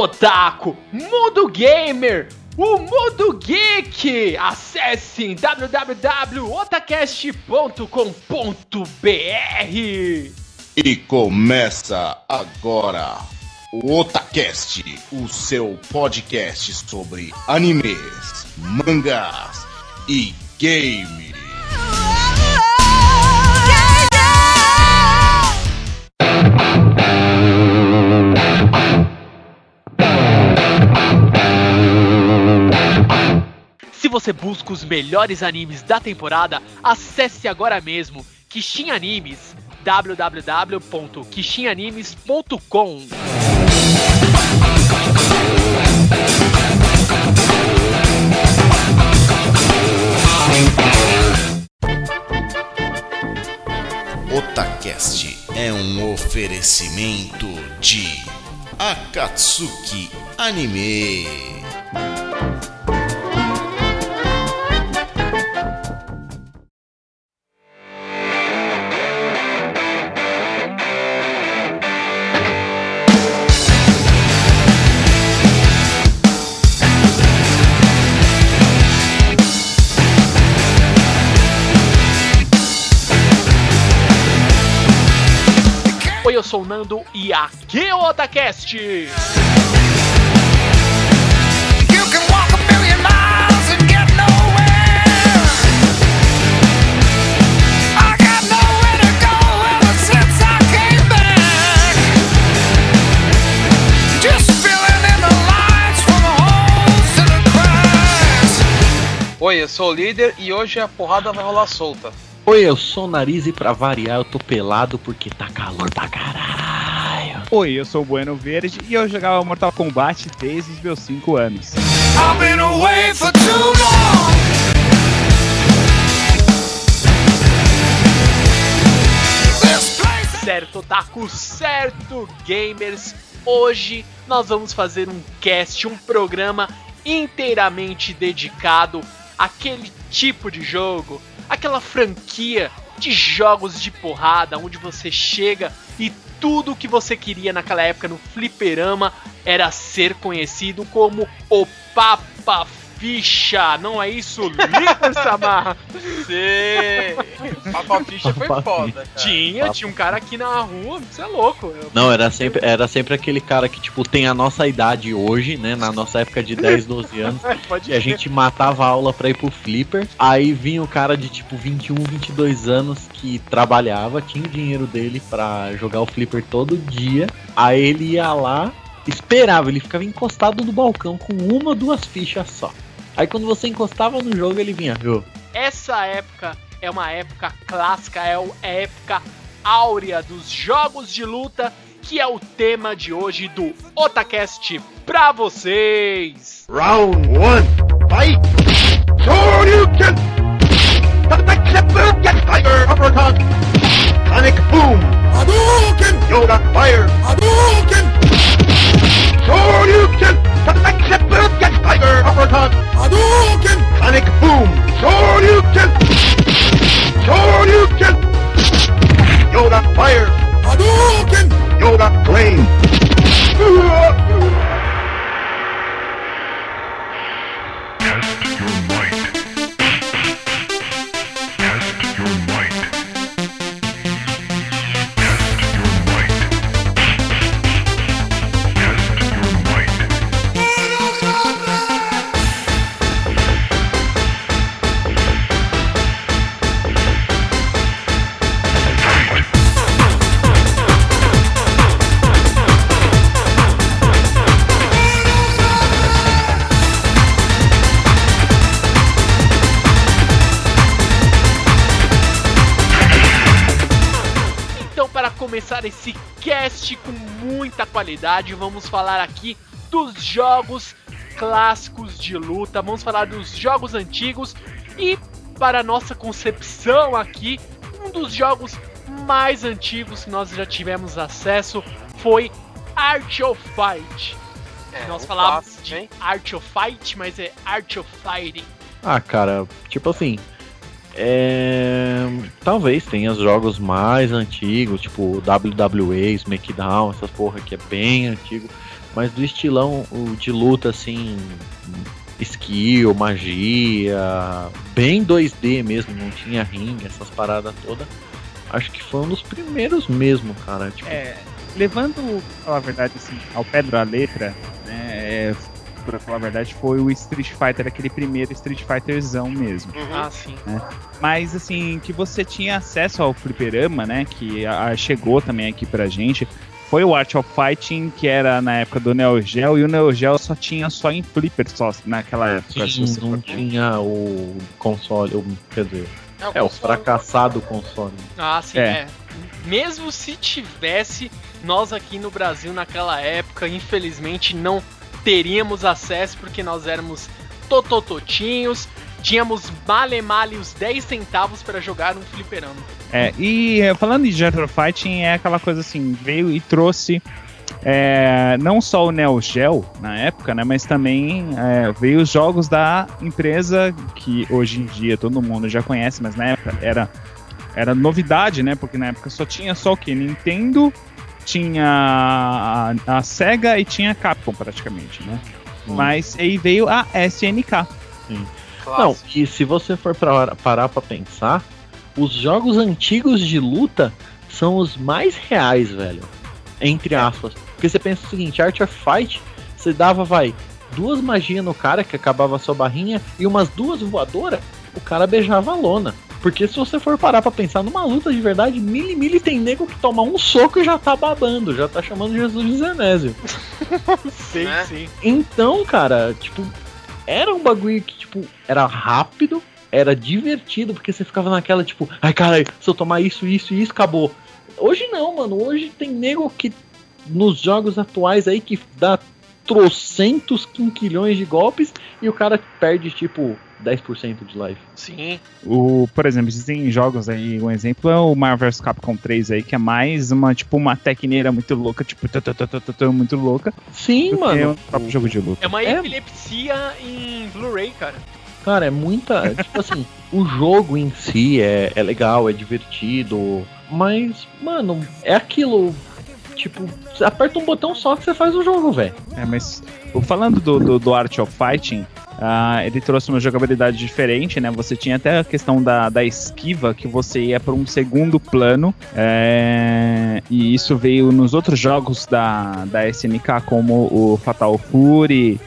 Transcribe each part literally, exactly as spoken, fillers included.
Otaku, Mundo Gamer, o Mundo Geek. Acesse w w w ponto otacast ponto com ponto b r. E começa agora o Otacast, o seu podcast sobre animes, mangás e games. Se você busca os melhores animes da temporada, acesse agora mesmo Kishin Animes, w w w ponto kishin animes ponto com. Otacast é um oferecimento de Akatsuki Anime. Oi, eu sou o Nando e aqui é o Otacast! Oi, eu sou o líder e hoje a porrada vai rolar solta. Oi, eu sou o Nariz e pra variar eu tô pelado porque tá calor pra caralho. Oi, eu sou o Bueno Verde e eu jogava Mortal Kombat desde os meus cinco anos. I've been away for too long. Certo, Otaku, certo, gamers. Hoje nós vamos fazer um cast, um programa inteiramente dedicado àquele tipo de jogo, aquela franquia de jogos de porrada, onde você chega e tudo o que você queria naquela época no fliperama era ser conhecido como o Papa Ficha. Não é isso, líder Samar? Sim, Papa Ficha foi Papa foda, Ficha. cara. Tinha, Papa. tinha um cara aqui na rua, você é louco. Eu... Não, era sempre, era sempre aquele cara que, tipo, tem a nossa idade hoje, né? Na nossa época de dez, doze anos. Pode E a crer. gente matava a aula pra ir pro flipper. Aí vinha o cara de, tipo, vinte e um, vinte e dois anos que trabalhava, tinha o dinheiro dele pra jogar o flipper todo dia. Aí ele ia lá, esperava, ele ficava encostado no balcão com uma ou duas fichas só. Aí quando você encostava no jogo, ele vinha, viu? Essa época é uma época clássica, é a época áurea dos jogos de luta, que é o tema de hoje do Otacast pra vocês. Round one, fight! Shoryuken! Tiger Uppercut! Sonic Boom! Hadouken! Yoga Fire! Hadouken! Shoryuken! Tiger Uppercut! Hadouken! Sonic Boom! Shoryuken! Shoryuken! Yoga Fire! Hadouken! Yoga Flame! Começar esse cast com muita qualidade, vamos falar aqui dos jogos clássicos de luta, vamos falar dos jogos antigos e, para nossa concepção aqui, um dos jogos mais antigos que nós já tivemos acesso foi Art of Fight. É, nós um falávamos clássico, de hein? Art of Fight, mas é Art of Fighting. Ah, cara, tipo assim, é... talvez tenha os jogos mais antigos, tipo W W E, SmackDown, essas porra que é bem antigo. mas do estilão o de luta, assim, skill, magia, bem dois D mesmo, não tinha ringue, essas paradas todas. Acho que foi um dos primeiros mesmo, cara. Tipo... É, levando, pra falar a verdade, assim, ao pé da letra, né, é, pra falar a verdade, foi o Street Fighter, aquele primeiro Street Fighterzão mesmo. Uhum. Ah, sim. Né? Mas, assim, que você tinha acesso ao fliperama, né, que a, a chegou também aqui pra gente, foi o Art of Fighting, que era na época do Neo Geo, e o Neo Geo só tinha só em flipper, só naquela época. Sim, não for... tinha o console, o, quer dizer... É, o, é, o fracassado console. Ah, sim, é. é. Mesmo se tivesse, nós aqui no Brasil naquela época, infelizmente não teríamos acesso, porque nós éramos totototinhos, tínhamos male male os dez centavos para jogar um fliperama. É, e falando de Art of Fighting, é aquela coisa assim, veio e trouxe é, não só o Neo Geo na época, né, mas também é, veio os jogos da empresa que hoje em dia todo mundo já conhece, mas na época era, era novidade, né, porque na época só tinha só o que? Nintendo, tinha a, a Sega e tinha a Capcom praticamente, né, hum. mas aí veio a S N K. Sim. Não, e se você for pra, parar pra pensar, os jogos antigos de luta são os mais reais, velho. Entre aspas. Porque você pensa o seguinte, Art of Fight, você dava, vai, duas magias no cara, que acabava a sua barrinha, e umas duas voadoras, o cara beijava a lona. Porque se você for parar pra pensar numa luta de verdade, mili mili tem nego que toma um soco e já tá babando, já tá chamando Jesus de Zenésio. Sim, né? Sim. Então, cara, tipo, era um bagulho que, tipo, era rápido, era divertido, porque você ficava naquela, tipo, ai, caralho, se eu tomar isso, isso e isso, acabou. Hoje não, mano, hoje tem nego que, nos jogos atuais aí, que dá trocentos quinquilhões de golpes e o cara perde, tipo, dez por cento de life. Sim. O, por exemplo, existem jogos aí, um exemplo é o Marvel versus. Capcom três aí, que é mais uma, tipo, uma tecneira muito louca, tipo, muito louca. Sim, mano. É um próprio jogo de luta. É uma epilepsia é... em Blu-ray, cara. Cara, é muita... tipo assim, o jogo em si é, é legal, é divertido, mas, mano, é aquilo... Tipo, você aperta um botão só que você faz o jogo, velho. É, mas falando do, do, do Art of Fighting, uh, ele trouxe uma jogabilidade diferente, né? Você tinha até a questão da, da esquiva, que você ia para um segundo plano. É, e isso veio nos outros jogos da, da S N K, como o Fatal Fury.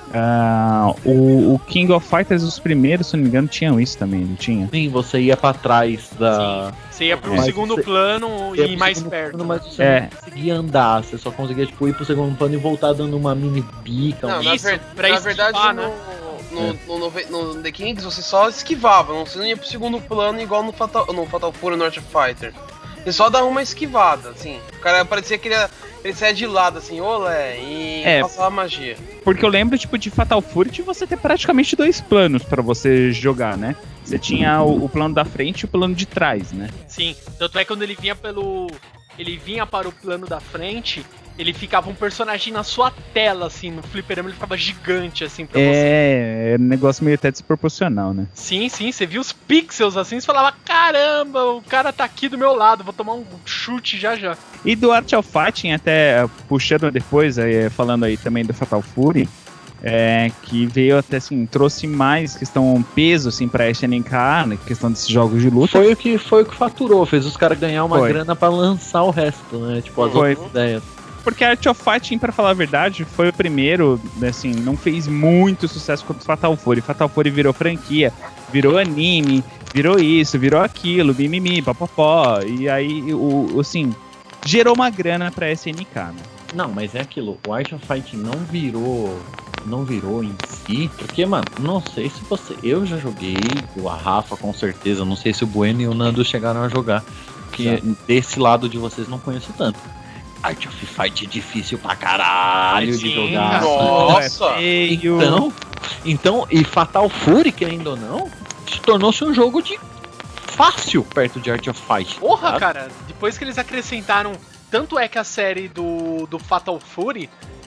Uh, o, o King of Fighters, os primeiros, se não me engano, tinham isso também, não tinha? Sim, você ia pra trás da... Sim, você ia pro é. segundo você, plano e mais perto. Plano, mas você é. não conseguia andar, você só conseguia tipo, ir pro segundo plano e voltar dando uma mini bica. Não, um... na, isso, ver, pra na esquivar, verdade, né? no, no, é. no, no, no The Kings você só esquivava, você não ia pro segundo plano igual no Fatal, no Fatal Fury no Art of Fighter. Você só dava uma esquivada, assim. O cara parecia que ele, ele saia de lado, assim, olé, e é, passava magia. Porque eu lembro, tipo, de Fatal Fury de você ter praticamente dois planos pra você jogar, né? Você tinha o, o plano da frente e o plano de trás, né? Sim, tanto é que quando ele vinha pelo... Ele vinha para o plano da frente, ele ficava um personagem na sua tela, assim, no fliperama ele ficava gigante, assim, pra é, você. É, é um negócio meio até desproporcional, né? Sim, sim, você viu os pixels, assim, você falava, caramba, o cara tá aqui do meu lado, vou tomar um chute já já. E do Art of Fighting, até puxando depois, aí, falando aí também do Fatal Fury, é, que veio até assim, trouxe mais questão peso assim pra S N K, né, questão desses jogos de luta. Foi o que foi o que faturou, fez os caras ganhar uma foi. grana pra lançar o resto, né? Tipo, as foi. outras ideias. Porque Art of Fighting, pra falar a verdade, foi o primeiro, assim, não fez muito sucesso quanto Fatal Fury. Fatal Fury virou franquia, virou anime, virou isso, virou aquilo, mimimi, papapó, e aí, o, assim, gerou uma grana pra S N K, né? Não, mas é aquilo, o Art of Fighting não virou... não virou em si, porque, mano, não sei se você... Eu já joguei, a Rafa com certeza, não sei se o Bueno e o Nando chegaram a jogar, porque tá. Desse lado de vocês não conheço tanto. Art of Fight é difícil pra caralho Sim, de jogar. Nossa! É então, então, e Fatal Fury, querendo ou não, tornou-se um jogo de fácil perto de Art of Fight. Porra, sabe? cara, depois que eles acrescentaram... Tanto é que a série do, do Fatal Fury...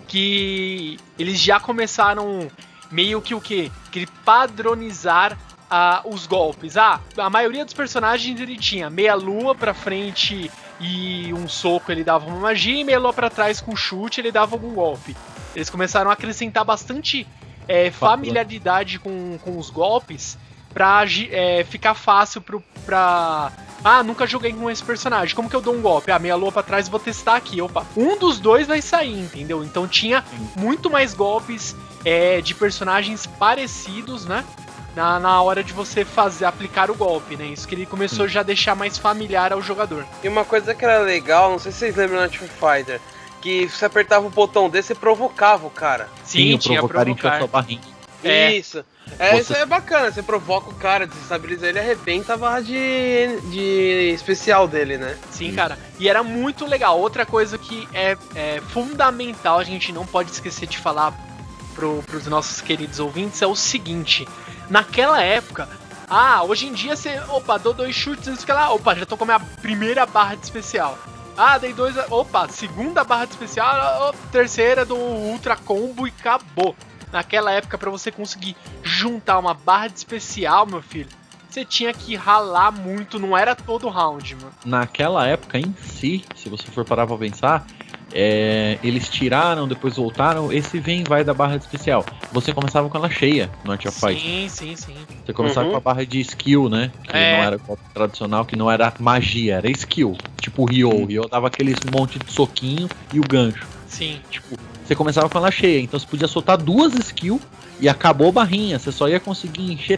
que eles já começaram meio que o quê? Que padronizar uh, os golpes. Ah, a maioria dos personagens ele tinha meia lua pra frente e um soco ele dava uma magia, e meia lua pra trás com chute ele dava algum golpe. Eles começaram a acrescentar bastante é, familiaridade com, com os golpes pra é, ficar fácil pro, pra... Ah, nunca joguei com esse personagem. Como que eu dou um golpe? Ah, meia lua pra trás, vou testar aqui. Opa, um dos dois vai sair, entendeu? Então tinha muito mais golpes é, de personagens parecidos, né? Na, na hora de você fazer, aplicar o golpe, né? Isso que ele começou já a deixar mais familiar ao jogador. E uma coisa que era legal, não sei se vocês lembram no Street Fighter, que se você apertava o botão desse, você provocava o cara. Sim, Sim, tinha provocar provocar. em sua barrinha. É. Isso. É, Você- isso é bacana, você provoca o cara, desestabiliza ele e arrebenta a barra de, de especial dele, né? Sim, cara. E era muito legal. Outra coisa que é, é fundamental, a gente não pode esquecer de falar pro, pros nossos queridos ouvintes, é o seguinte. Naquela época, ah, hoje em dia você, opa, dou dois chutes, isso que lá, opa, já tô com a minha primeira barra de especial. Ah, dei dois, opa, segunda barra de especial, opa, terceira do Ultra Combo e acabou. Naquela época, pra você conseguir juntar uma barra de especial, meu filho, você tinha que ralar muito, não era todo round, mano. Naquela época em si, se você for parar pra pensar, é, eles tiraram, depois voltaram, esse vem e vai da barra de especial. Você começava com ela cheia no Art of Fight. Sim, sim, sim. Você começava Uhum. com a barra de skill, né? Que É. não era golpe tradicional, que não era magia, era skill. Tipo o Ryo. O Ryo dava aqueles monte de soquinho e o gancho. Sim. Tipo, você começava com ela cheia, então você podia soltar duas skills e acabou a barrinha. Você só ia conseguir encher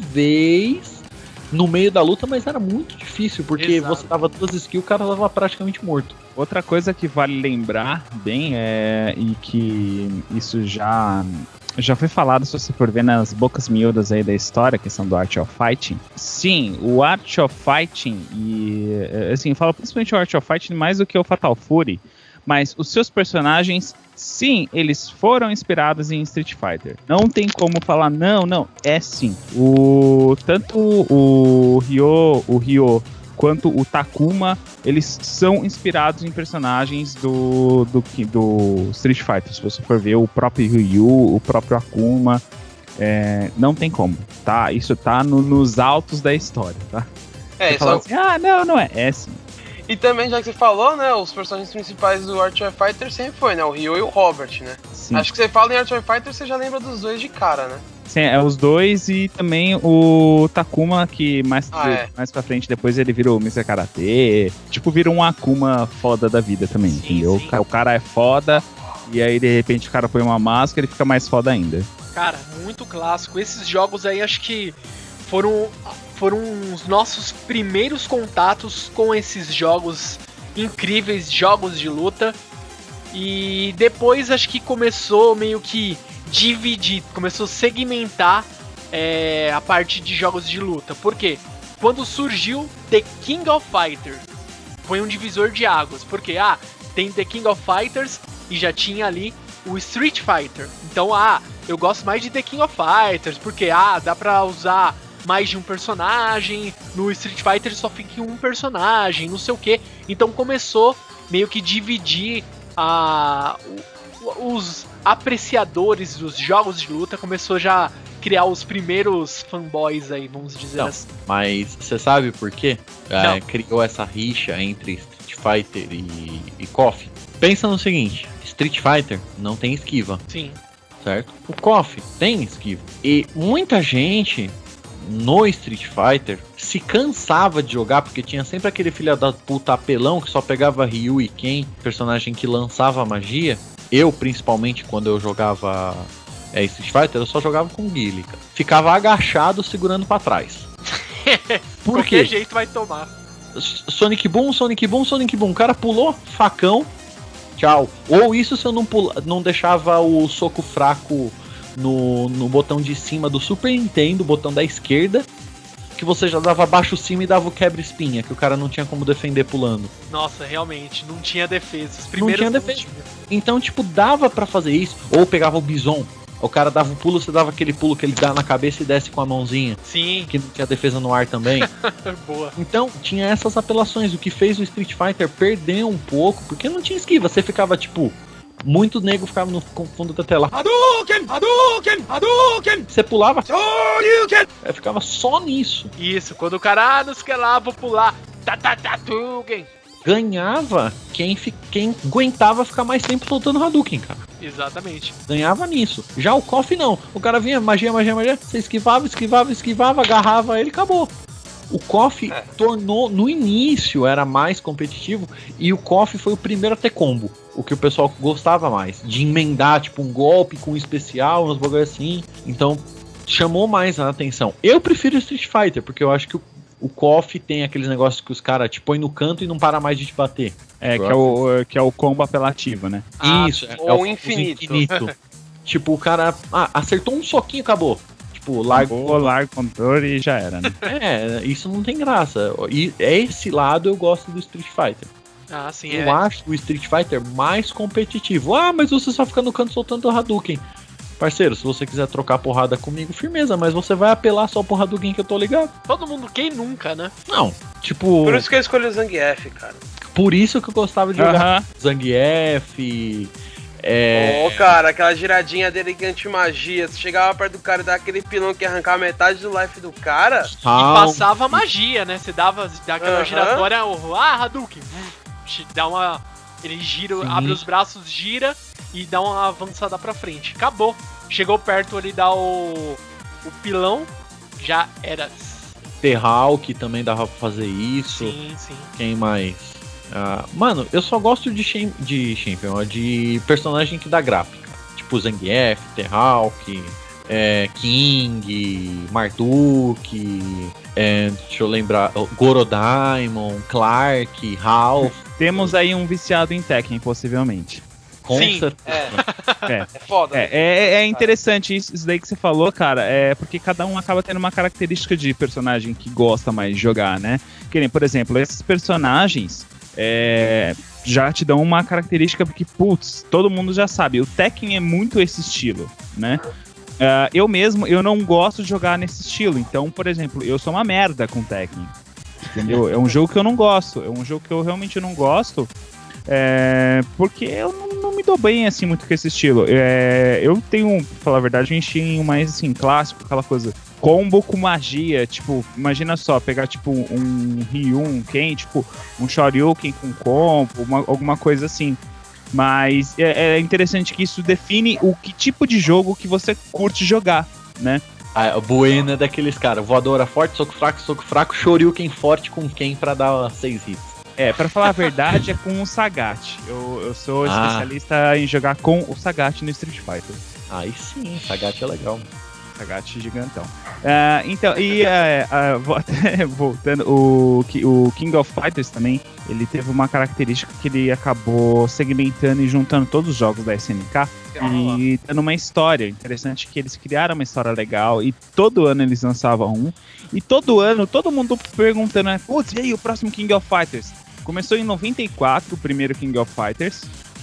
talvez no meio da luta, mas era muito difícil, porque Exato. você dava duas skills, o cara tava praticamente morto. Outra coisa que vale lembrar bem é e que isso já já foi falado, se você for ver nas bocas miúdas aí da história, a questão do Art of Fighting. Sim, o Art of Fighting e assim, eu falo principalmente o Art of Fighting mais do que o Fatal Fury, mas os seus personagens, sim, eles foram inspirados em Street Fighter. Não tem como falar não, não, é sim. O tanto o Ryo, o Ryo quanto o Takuma, eles são inspirados em personagens do, do, do Street Fighter. Se você for ver o próprio Ryu, o próprio Akuma, é, não tem como, tá? Isso tá no- nos altos da história, tá? É, Você fala só... assim, ah, não, não é, é sim. E também, já que você falou, né, os personagens principais do Art of Fighter sempre foi, né, o Ryo e o Robert, né? sim. Acho que você fala em Art of Fighter, você já lembra dos dois de cara, né? Sim, é os dois e também o Takuma, que mais, Ah, é. mais pra frente depois ele vira o mister Karate. Tipo, vira um Akuma foda da vida também, Sim, entendeu? sim. O ca- O cara é foda e aí de repente o cara põe uma máscara e fica mais foda ainda. Cara, muito clássico. Esses jogos aí acho que foram, foram os nossos primeiros contatos com esses jogos incríveis, jogos de luta. E depois acho que começou meio que dividir, começou a segmentar é, a parte de jogos de luta. Por quê? Quando surgiu The King of Fighters, foi um divisor de águas. Porque, ah, tem The King of Fighters e já tinha ali o Street Fighter. Então, ah, eu gosto mais de The King of Fighters, porque, ah, dá pra usar mais de um personagem, no Street Fighter só fica um personagem, não sei o que. Então começou meio que dividir a, o- os apreciadores dos jogos de luta, começou já a criar os primeiros fanboys aí, vamos dizer Não. assim. Mas você sabe por quê? É, Não. criou essa rixa entre Street Fighter e, e K O F. Pensa no seguinte, Street Fighter não tem esquiva, Sim, certo? O K O F tem esquiva. E muita gente no Street Fighter se cansava de jogar, porque tinha sempre aquele filho da puta apelão que só pegava Ryu e Ken, personagem que lançava magia. Eu, principalmente, quando eu jogava é, Street Fighter, eu só jogava com Guile, cara. Ficava agachado segurando pra trás. Por qualquer quê? jeito vai tomar. Sonic Boom, Sonic Boom, Sonic Boom. O cara pulou, facão, tchau. Ou isso se eu não, pula, não deixava o soco fraco no, no botão de cima do Super Nintendo, botão da esquerda, que você já dava baixo cima e dava o quebra-espinha, que o cara não tinha como defender pulando. Nossa, realmente, não tinha defesa. Os primeiros tinha defesa. Então, tipo, dava pra fazer isso. Ou pegava o Bison. O cara dava um pulo, você dava aquele pulo que ele dá na cabeça e desce com a mãozinha, Sim, que não tinha defesa no ar também. boa. Então, tinha essas apelações, o que fez o Street Fighter perder um pouco, porque não tinha esquiva, você ficava, tipo, muito nego ficava no fundo da tela. Hadouken! Hadouken! Hadouken! Você pulava, Shoryuken! é, ficava só nisso. Isso, quando o cara, ah, não sei o que lá, vou pular. Tá, tá, tá, Tugen. ganhava quem, fi, quem aguentava ficar mais tempo soltando Hadouken, cara. Exatamente. Ganhava nisso. Já o K O F não. O cara vinha, magia, magia, magia, você esquivava, esquivava, esquivava, agarrava ele, acabou. O K O F é. tornou, no início era mais competitivo, e o K O F foi o primeiro a ter combo. O que o pessoal gostava mais, de emendar tipo um golpe com um especial, uns bagulho assim. Então chamou mais a atenção. Eu prefiro Street Fighter, porque eu acho que o, o K O F tem aqueles negócios que os caras te põem no canto e não para mais de te bater. É, que é, o, que é o combo apelativo, né? Ah, isso, é, ou é o infinito. infinito. Tipo, o cara ah, acertou um soquinho, acabou. Tipo, larga o largo controle e já era, né? É, isso não tem graça. E esse lado eu gosto do Street Fighter. Ah, sim, eu é. acho o Street Fighter mais competitivo. Ah, mas você só fica no canto soltando o Hadouken. Parceiro, se você quiser trocar porrada comigo, firmeza, mas você vai apelar só pro Hadouken que eu tô ligado. Todo mundo, quem nunca, né? Não, tipo... Por isso que eu escolhi o Zangief, cara. Por isso que eu gostava de jogar uh-huh. Zangief... É... Ô, oh, cara, aquela giradinha dele que anti-magia. Você chegava perto do cara e dava aquele pilão que ia arrancar metade do life do cara. E passava magia, né? Você dava, dava aquela Uhum. giratória, oh, ah, Hadouken. Dá uma... Ele gira, Sim. abre os braços, gira e dá uma avançada pra frente. Acabou. Chegou perto ali, dá o... o pilão, já era. T-Hawk também dava pra fazer isso. Sim, sim. Quem mais? Uh, mano, eu só gosto de, Shem, de Champion, de personagem que dá gráfica. Tipo Zangief, T-Hawk, é, King, Marduk, é, deixa eu lembrar, Gorodaimon, Clark, Ralph. Temos aí um viciado em Tekken, possivelmente. Com Sim, certeza. É. É. É foda. É, é, é interessante isso, isso daí que você falou, cara, é porque cada um acaba tendo uma característica de personagem que gosta mais de jogar, né? Que nem, por exemplo, esses personagens é, já te dão uma característica porque, putz, todo mundo já sabe, o Tekken é muito esse estilo, né? Uh, eu mesmo, eu não gosto de jogar nesse estilo, então, por exemplo, eu sou uma merda com Tekken, entendeu? É um jogo que eu não gosto, é um jogo que eu realmente não gosto, é, porque eu não, não me dou bem, assim, muito com esse estilo. É, eu tenho, pra falar a verdade, um estilo mais, assim, clássico, aquela coisa, combo com magia, tipo, imagina só, pegar, tipo, um Ryu, um Ken, tipo, um Shoryuken com combo, uma, alguma coisa assim. Mas é, é interessante que isso define o que tipo de jogo que você curte jogar, né? A Buena é daqueles caras, voadora forte, soco fraco, soco fraco, Shoryuken forte com quem pra dar seis hits. É, pra falar a verdade, é com o Sagat. Eu, eu sou ah. especialista em jogar com o Sagat no Street Fighter. Aí sim, Sagat é legal. Sagat gigantão. Uh, então, e uh, uh, até voltando, o, o King of Fighters também, ele teve uma característica que ele acabou segmentando e juntando todos os jogos da S N K e dando uma história interessante, que eles criaram uma história legal e todo ano eles lançavam um, e todo ano todo mundo perguntando, né, putz, e aí o próximo King of Fighters? Começou em noventa e quatro, o primeiro King of Fighters,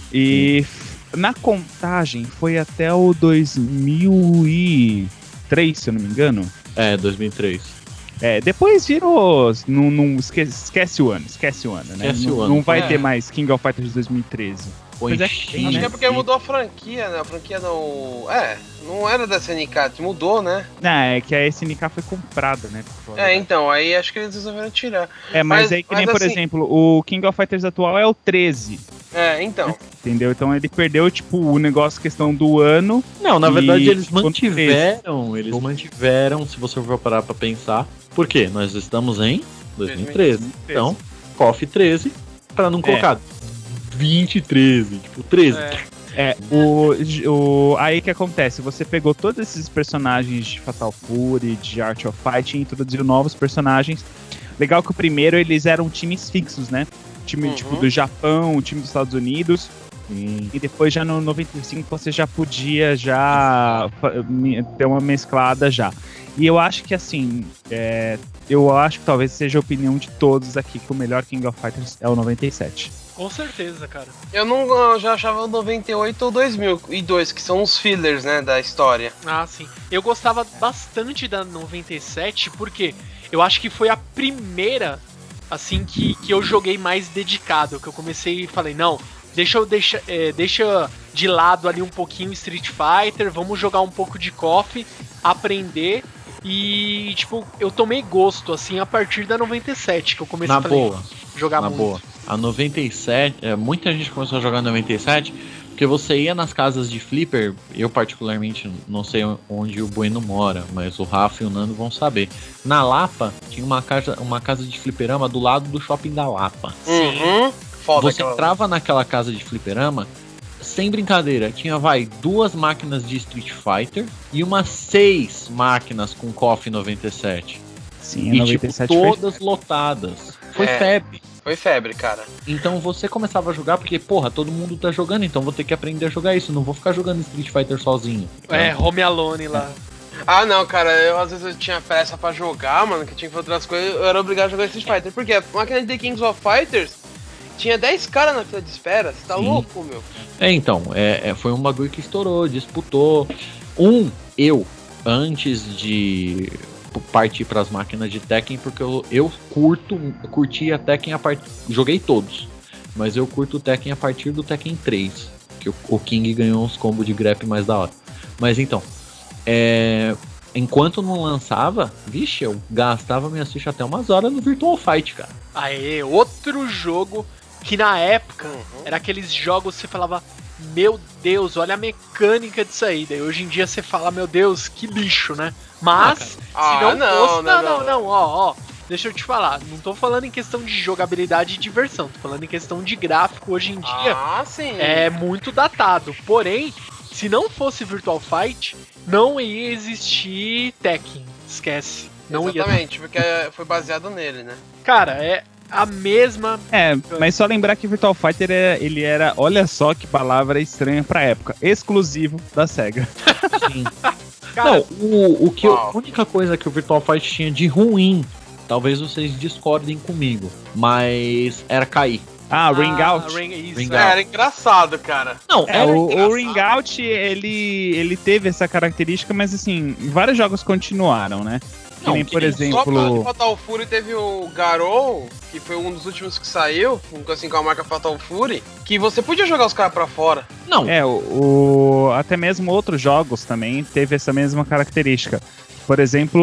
e hum. na contagem foi até o dois mil e três, se eu não me engano. É, dois mil e três. É, depois virou. Não, não, esquece, esquece o ano, esquece o ano, né? Esquece não, o ano. Não vai É. ter mais King of Fighters de dois mil e treze. Pois é, Acho que é porque mudou a franquia, né? A franquia não. É, não era da S N K, mudou, né? Não, é que a S N K foi comprada, né? É, então, aí acho que eles resolveram tirar. É, mas, Mas- aí que mas nem, por assim- exemplo, o King of Fighters atual é o treze, É, então. entendeu? Então ele perdeu, tipo, o negócio, questão do ano. Não, na E verdade eles ponto mantiveram, eles mantiveram, se você for parar pra pensar. Por quê? Nós estamos em dois mil e treze. Então, K O F treze, pra não colocar vinte e treze, tipo, treze. É. É, o, o, aí que acontece, você pegou todos esses personagens de Fatal Fury, de Art of Fighting, e introduziu novos personagens. Legal que o primeiro eles eram times fixos, né? Time Uhum. tipo do Japão, time dos Estados Unidos. Sim. E depois já no noventa e cinco você já podia já fa- me- ter uma mesclada já. E eu acho que assim, é, eu acho que talvez seja a opinião de todos aqui que o melhor King of Fighters é o noventa e sete. Com certeza, cara. Eu não eu já achava o noventa e oito ou dois mil e dois, que são os fillers, né, da história. Ah, sim. Eu gostava bastante da noventa e sete, porque eu acho que foi a primeira, assim, que, que eu joguei mais dedicado. Que eu comecei e falei, não, deixa eu deixa, é, deixa de lado ali um pouquinho Street Fighter, vamos jogar um pouco de K O F, aprender. E, tipo, eu tomei gosto, assim, a partir da noventa e sete, que eu comecei Na a falei, boa. jogar Na muito. boa. a noventa e sete, é, muita gente começou a jogar noventa e sete, porque você ia nas casas de flipper, eu particularmente não sei onde o Bueno mora, mas o Rafa e o Nando vão saber. Na Lapa, tinha uma casa, uma casa de fliperama do lado do shopping da Lapa. Uhum. Foda Você aquela... entrava naquela casa de fliperama, sem brincadeira, tinha, vai, duas máquinas de Street Fighter e umas seis máquinas com K O F noventa e sete. Sim, a E, noventa e tipo, sete todas lotadas. Foi É. febre. Foi febre, cara. Então você começava a jogar porque, porra, todo mundo tá jogando, então vou ter que aprender a jogar isso. Não vou ficar jogando Street Fighter sozinho. É, Home Alone lá. Ah, não, cara, eu às vezes eu tinha pressa pra jogar, mano, que eu tinha que fazer outras coisas, eu era obrigado a jogar Street Fighter. Porque a máquina de The Kings of Fighters tinha dez caras na fila de espera, você tá Sim. louco, meu? É, então, é, é, foi um bagulho que estourou, disputou. Um, eu, antes de partir pras máquinas de Tekken, porque eu, eu curto, curti a Tekken a partir. Joguei todos, mas eu curto o Tekken a partir do Tekken três, que o, o King ganhou uns combos de grep mais da hora. Mas então, é, enquanto não lançava, vixe, eu gastava minhas fichas até umas horas no Virtual Fight, cara. Aê, outro jogo que na época Uhum. era aqueles jogos que você falava, meu Deus, olha a mecânica disso aí. Daí hoje em dia você fala, meu Deus, que lixo, né? Mas, Ah, se não, não, fosse. não, Não, não, não. não, ó, ó. Deixa eu te falar, não tô falando em questão de jogabilidade e diversão, tô falando em questão de gráfico hoje em dia. Ah, sim. É muito datado. Porém, se não fosse Virtual Fight, não ia existir Tekken. Esquece. Não ia. Exatamente, porque foi baseado nele, né? Cara, é a mesma. É, mas só lembrar que Virtual Fighter é- ele era, olha só que palavra estranha pra época, exclusivo da SEGA. Sim. Cara, Não, o, o que eu- Uau. a única coisa que o Virtual Fight tinha de ruim, talvez vocês discordem comigo, mas era cair. Ah, Ring ah, Out. Ring, isso, Ring é. Out. Era engraçado, cara. Não, É, era o, engraçado. o Ring Out, ele, ele teve essa característica, mas assim, vários jogos continuaram, né? Que Não, nem, que por nem Só pra exemplo... Fatal Fury teve o Garou, que foi um dos últimos que saiu, assim, com a marca Fatal Fury, que você podia jogar os caras pra fora. Não, É, o, o- até mesmo outros jogos também teve essa mesma característica. Por exemplo,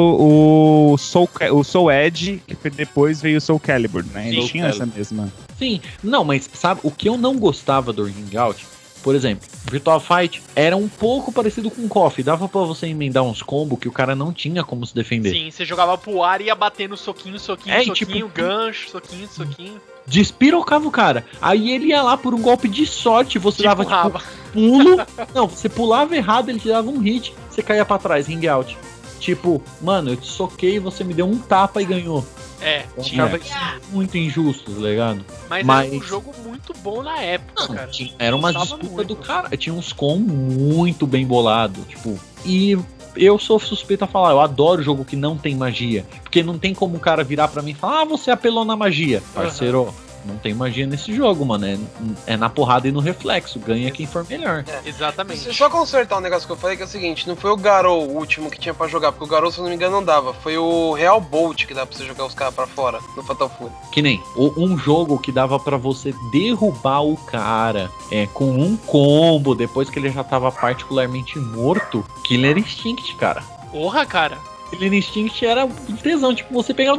o Soul, Ca- o Soul Edge, que foi- depois veio o Soul Calibur, né? Ele Soul tinha essa Calibur. mesma... sim, não, mas sabe, o que eu não gostava do Ring Out, por exemplo, Virtual Fight era um pouco parecido com o K O F, dava pra você emendar uns combos que o cara não tinha como se defender. Sim, você jogava pro ar e ia batendo soquinho, soquinho, É, e soquinho, tipo- gancho, soquinho, soquinho. Despirocava o cara, aí ele ia lá por um golpe de sorte, você Te dava empurrava. tipo pulo, não, você pulava errado, ele te dava um hit, você caía pra trás, Ring Out. Tipo, mano, eu te soquei, você me deu um tapa e ganhou. É, Eu tinha. achava isso muito injusto, tá ligado? Mas, mas- era um jogo muito bom na época, Não, cara. tinha- era uma Gostava disputa muito. do cara. Tinha uns com muito bem bolado, tipo. E eu sou suspeito a falar, eu adoro jogo que não tem magia. Porque não tem como o cara virar pra mim e falar, ah, você apelou na magia. Parceiro, não tem magia nesse jogo, mano. É, é na porrada e no reflexo. Ganha quem for melhor. Exatamente. Deixa eu só consertar um negócio que eu falei, que é o seguinte, não foi o Garou o último que tinha pra jogar, porque o Garou, se eu não me engano, não dava. Foi o Real Bolt que dá pra você jogar os caras pra fora, no Fatal Fury. Que nem o- um jogo que dava pra você derrubar o cara é, com um combo depois que ele já tava particularmente morto. Killer Instinct, cara. Porra, cara. Killer Instinct era um tesão, tipo, você pegava,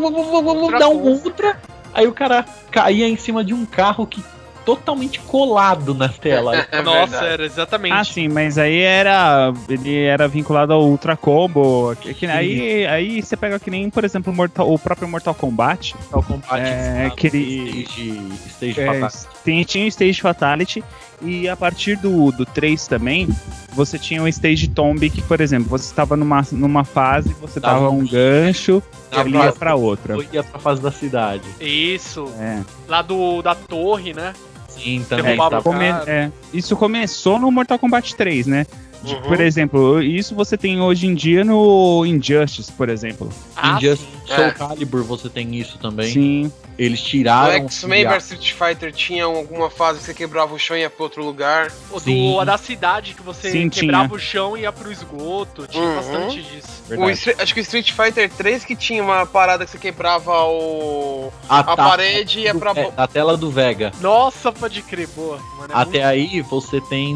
dá um ultra, aí o cara caía em cima de um carro que totalmente colado na tela. É Nossa, verdade. era exatamente. Ah, sim, mas aí era. Ele era vinculado ao Ultra Combo. Que, que- aí, aí você pega que nem, por exemplo, o, Mortal- o próprio Mortal Kombat. O combate É, sabe, que ele- stage, stage É, fatality. tem, tinha o Stage Fatality. E a partir do, do três também, você tinha o Stage Tomb, que, por exemplo, você estava numa, numa fase, você Dava dava um um gancho e Dava ele pra- ia pra outra. Eu ia pra fase da cidade. Isso. É. Lá do, da torre, né? Sim, É, também. Derrubava isso, o Tava... come- cara. é, isso começou no Mortal Kombat três, né? De- Uhum. Por exemplo, isso você tem hoje em dia no Injustice, por exemplo. Ah, Injustice, sim. Soul É. Calibur você tem isso também. Sim. Eles No tiraram... X-Men vs Street Fighter tinha alguma fase que você quebrava o chão e ia pra outro lugar. O Sim. do, a da cidade, que você Sim, quebrava tinha. o chão e ia pro esgoto. Tinha Uhum. bastante disso. O Verdade. Stre- acho que o Street Fighter três que tinha uma parada que você quebrava o... a, a tapa parede ia do- pra... é, a tela do Vega. Nossa, pode crer, boa. Mano, é Até muito- aí você tem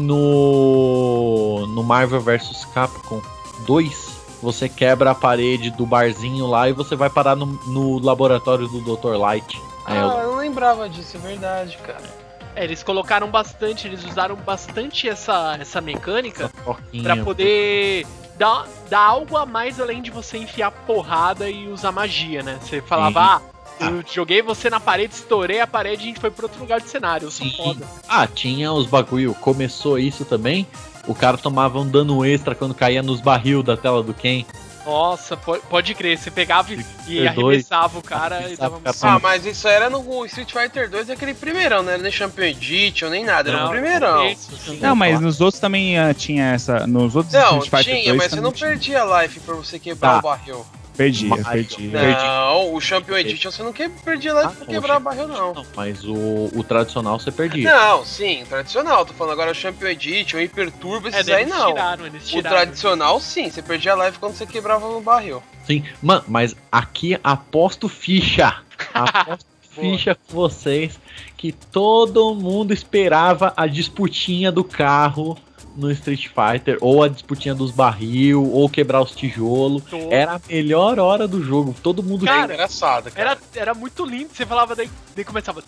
no no Marvel versus Capcom dois, você quebra a parede do barzinho lá e você vai parar no, no laboratório do doutor Light. É, Ah, o- eu não lembrava disso, é verdade, cara. É, eles colocaram bastante, eles usaram bastante essa, essa mecânica Essa toquinha. pra poder dar, dar algo a mais além de você enfiar porrada e usar magia, né? Você falava, ah, eu joguei você na parede, estourei a parede e a gente foi pra outro lugar do cenário, eu sou Sim. foda. Ah, tinha os bagulho. Começou isso também. O cara tomava um dano extra quando caía nos barril da tela do Ken. Nossa, pode, pode crer, você pegava e, e dois, arremessava o cara e arremessava dava o cara. Ah, mas isso era no Street Fighter dois, aquele primeirão, não era nem Champion Edition, nem nada, era Não, o primeirão. isso, sim. Não, mas nos outros também ah, tinha essa. Nos outros Não, Street Fighter tinha, dois mas você também não tinha. perdia life pra você quebrar Tá. o barril. Perdia, Mas- perdia. Não. perdia. Não, o Champion Edition você não que- perdia life Ah, pra não, quebrar o o barril, não. Não, mas o, o tradicional você perdia. Não, sim, tradicional, tô falando agora o Champion Edition, o Hyper Turbo, É, esses daí aí eles não. tiraram, eles O tiraram. tradicional, sim, você perdia life quando você quebrava no barril. Sim, mano, mas aqui aposto ficha. Aposto ficha com vocês que todo mundo esperava a disputinha do carro no Street Fighter, ou a disputinha dos barril, ou quebrar os tijolos. Tô. Era a melhor hora do jogo. Todo mundo Cara, é engraçado, cara. Era, era muito lindo, você falava, daí, daí começava.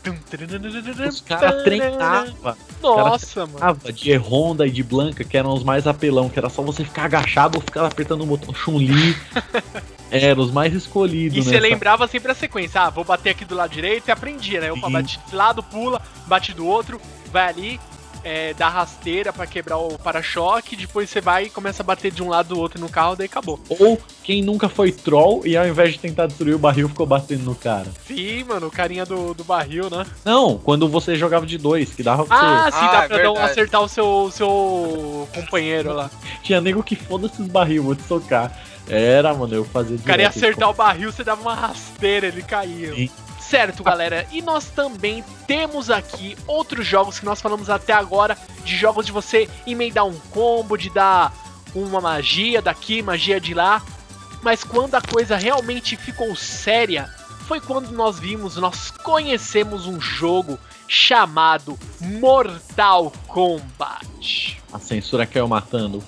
os caras treinavam. Nossa, mano. Tava de Honda e de Blanca, que eram os mais apelão, que era só você ficar agachado ou ficar apertando o botão Chun-Li. Eram os mais escolhidos, E você nessa- lembrava sempre a sequência, ah, vou bater aqui do lado direito e aprendia, né? Opa, Sim. bate de lado, pula, bate do outro, vai ali, é, dá rasteira pra quebrar o para-choque, depois você vai e começa a bater de um lado do outro no carro, daí acabou. Ou quem nunca foi troll e ao invés de tentar destruir o barril, ficou batendo no cara. Sim, mano, o carinha do, do barril, né? Não, quando você jogava de dois, que dava pra Ah, você. sim, Ah, dá é pra dar um- verdade. acertar o seu, o seu companheiro lá. Tinha nego que foda-se os barril, vou te socar. Era, mano, eu fazia O cara ia direto. acertar o barril, você dava uma rasteira, ele caía. Sim. Certo, galera. E nós também temos aqui outros jogos que nós falamos até agora, de jogos de você emendar um combo, de dar uma magia daqui, magia de lá. Mas quando a coisa realmente ficou séria, foi quando nós vimos, nós conhecemos um jogo chamado Mortal Kombat. A censura caiu matando.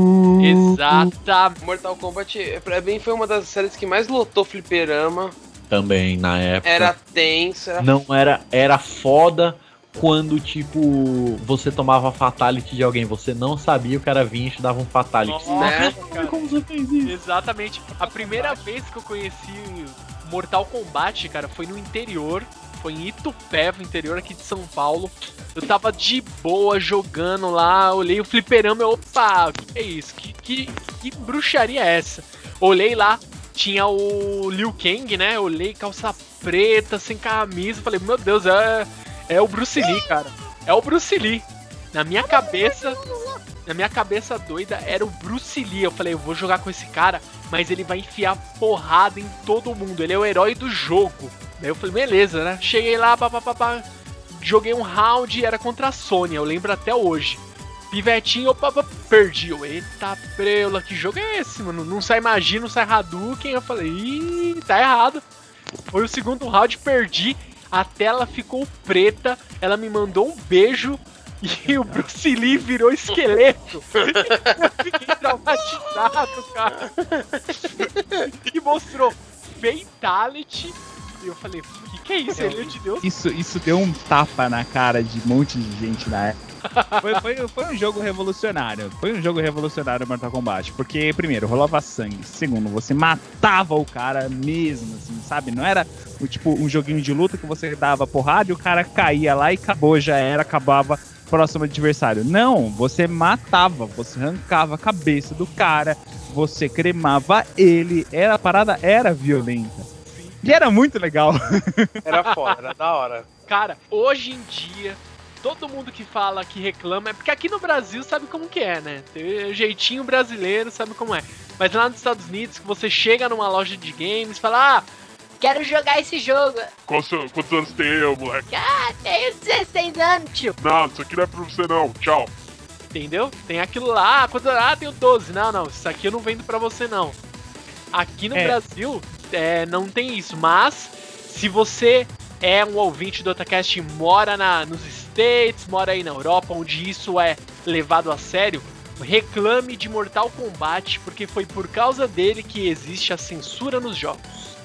Exata. Mortal Kombat, pra mim, foi uma das séries que mais lotou fliperama. Também, na época. Era tenso, era Não era... Era foda quando, tipo, você tomava fatality de alguém. Você não sabia, o cara vinha e te dava um fatality. Nossa, né? cara. Como você fez isso? Exatamente. A primeira vez que eu conheci Mortal Kombat, cara, foi no interior. Foi em Itupeva, interior aqui de São Paulo. Eu tava de boa jogando lá, olhei o fliperama e opa, que é isso? Que, que, que bruxaria é essa? Olhei lá, tinha o Liu Kang, né? Olhei calça preta, sem camisa. Falei, meu Deus, é, é o Bruce Lee, cara. É o Bruce Lee. Na minha cabeça, na minha cabeça doida, era o Bruce Lee. Eu falei, eu vou jogar com esse cara, mas ele vai enfiar porrada em todo mundo. Ele é o herói do jogo. Daí eu falei, beleza, né? Cheguei lá, papapá, joguei um round, era contra a Sônia, eu lembro até hoje. Pivetinho, opa, opa, perdi. Eu, eita preula, que jogo é esse, mano? Não sai magia, não sai Hadouken. Eu falei, ih, tá errado. Foi o segundo round, perdi. A tela ficou preta, ela me mandou um beijo e o Bruce Lee virou esqueleto. Eu fiquei traumatizado, cara. E mostrou Fatality. E eu falei, o que, que é isso, Ele de Deus? Isso, isso deu um tapa na cara de um monte de gente na época. Foi, foi, foi um jogo revolucionário. Foi um jogo revolucionário Mortal Kombat. Porque, primeiro, rolava sangue. Segundo, você matava o cara mesmo, assim, sabe? Não era tipo um joguinho de luta que você dava porrada e o cara caía lá e acabou, já era, acabava próximo adversário. Não, você matava, você arrancava a cabeça do cara, você cremava ele. Era, a parada era violenta. E era muito legal. Era foda, era da hora. Cara, hoje em dia, todo mundo que fala, que reclama, é porque aqui no Brasil sabe como que é, né? Tem jeitinho brasileiro, sabe como é. Mas lá nos Estados Unidos, que você chega numa loja de games e fala, ah, Quero jogar esse jogo. Quantos, quantos anos tem eu, moleque? Ah, tenho dezesseis anos, tio. Não, isso aqui não é pra você não. Tchau. entendeu? Tem aquilo lá, ah, quanto, ah, tenho doze. Não, não, isso aqui eu não vendo pra você, não. Aqui no É. Brasil, é, não tem isso, mas se você é um ouvinte do Otacast e mora na, nos States, mora aí na Europa, onde isso é levado a sério, reclame de Mortal Kombat, porque foi por causa dele que existe a censura nos jogos.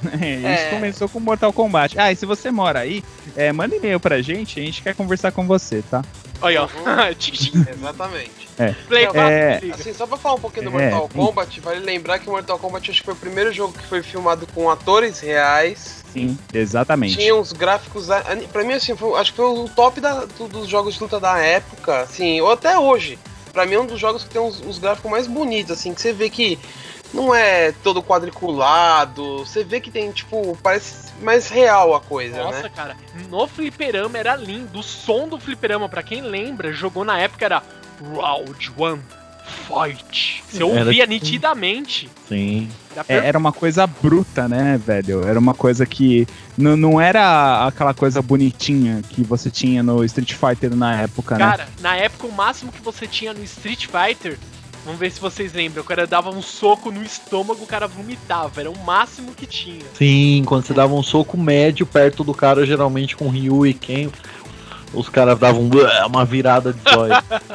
É, isso É. começou com Mortal Kombat. Ah, e se você mora aí, é, manda e-mail pra gente, a gente quer conversar com você, tá? Olha, ó. Uhum. Tchim, tchim. Exatamente. Play Não, quatro, é- liga. Assim, só pra falar um pouquinho do É, Mortal sim. Kombat, vale lembrar que o Mortal Kombat acho que foi o primeiro jogo que foi filmado com atores reais. Sim, exatamente. Tinha uns gráficos. ani- Pra mim, assim, foi- acho que foi o top da- do- dos jogos de luta da época, assim, ou até hoje. Pra mim é um dos jogos que tem uns, uns gráficos mais bonitos, assim, que você vê que não é todo quadriculado, você vê que tem, tipo, parece mais real a coisa, Nossa, né? cara, no fliperama era lindo. O som do fliperama, pra quem lembra, jogou na época, era Round One Fight. Você Era ouvia tipo- nitidamente. Sim. Era É, era uma coisa bruta, né, velho? Era uma coisa que não, não era aquela coisa bonitinha que você tinha no Street Fighter na época, né? Cara, na época o máximo que você tinha no Street Fighter, vamos ver se vocês lembram, o cara dava um soco no estômago, o cara vomitava, era o máximo que tinha. Sim, quando você dava um soco médio perto do cara, geralmente com Ryu e Ken, os caras davam uma virada de zóio.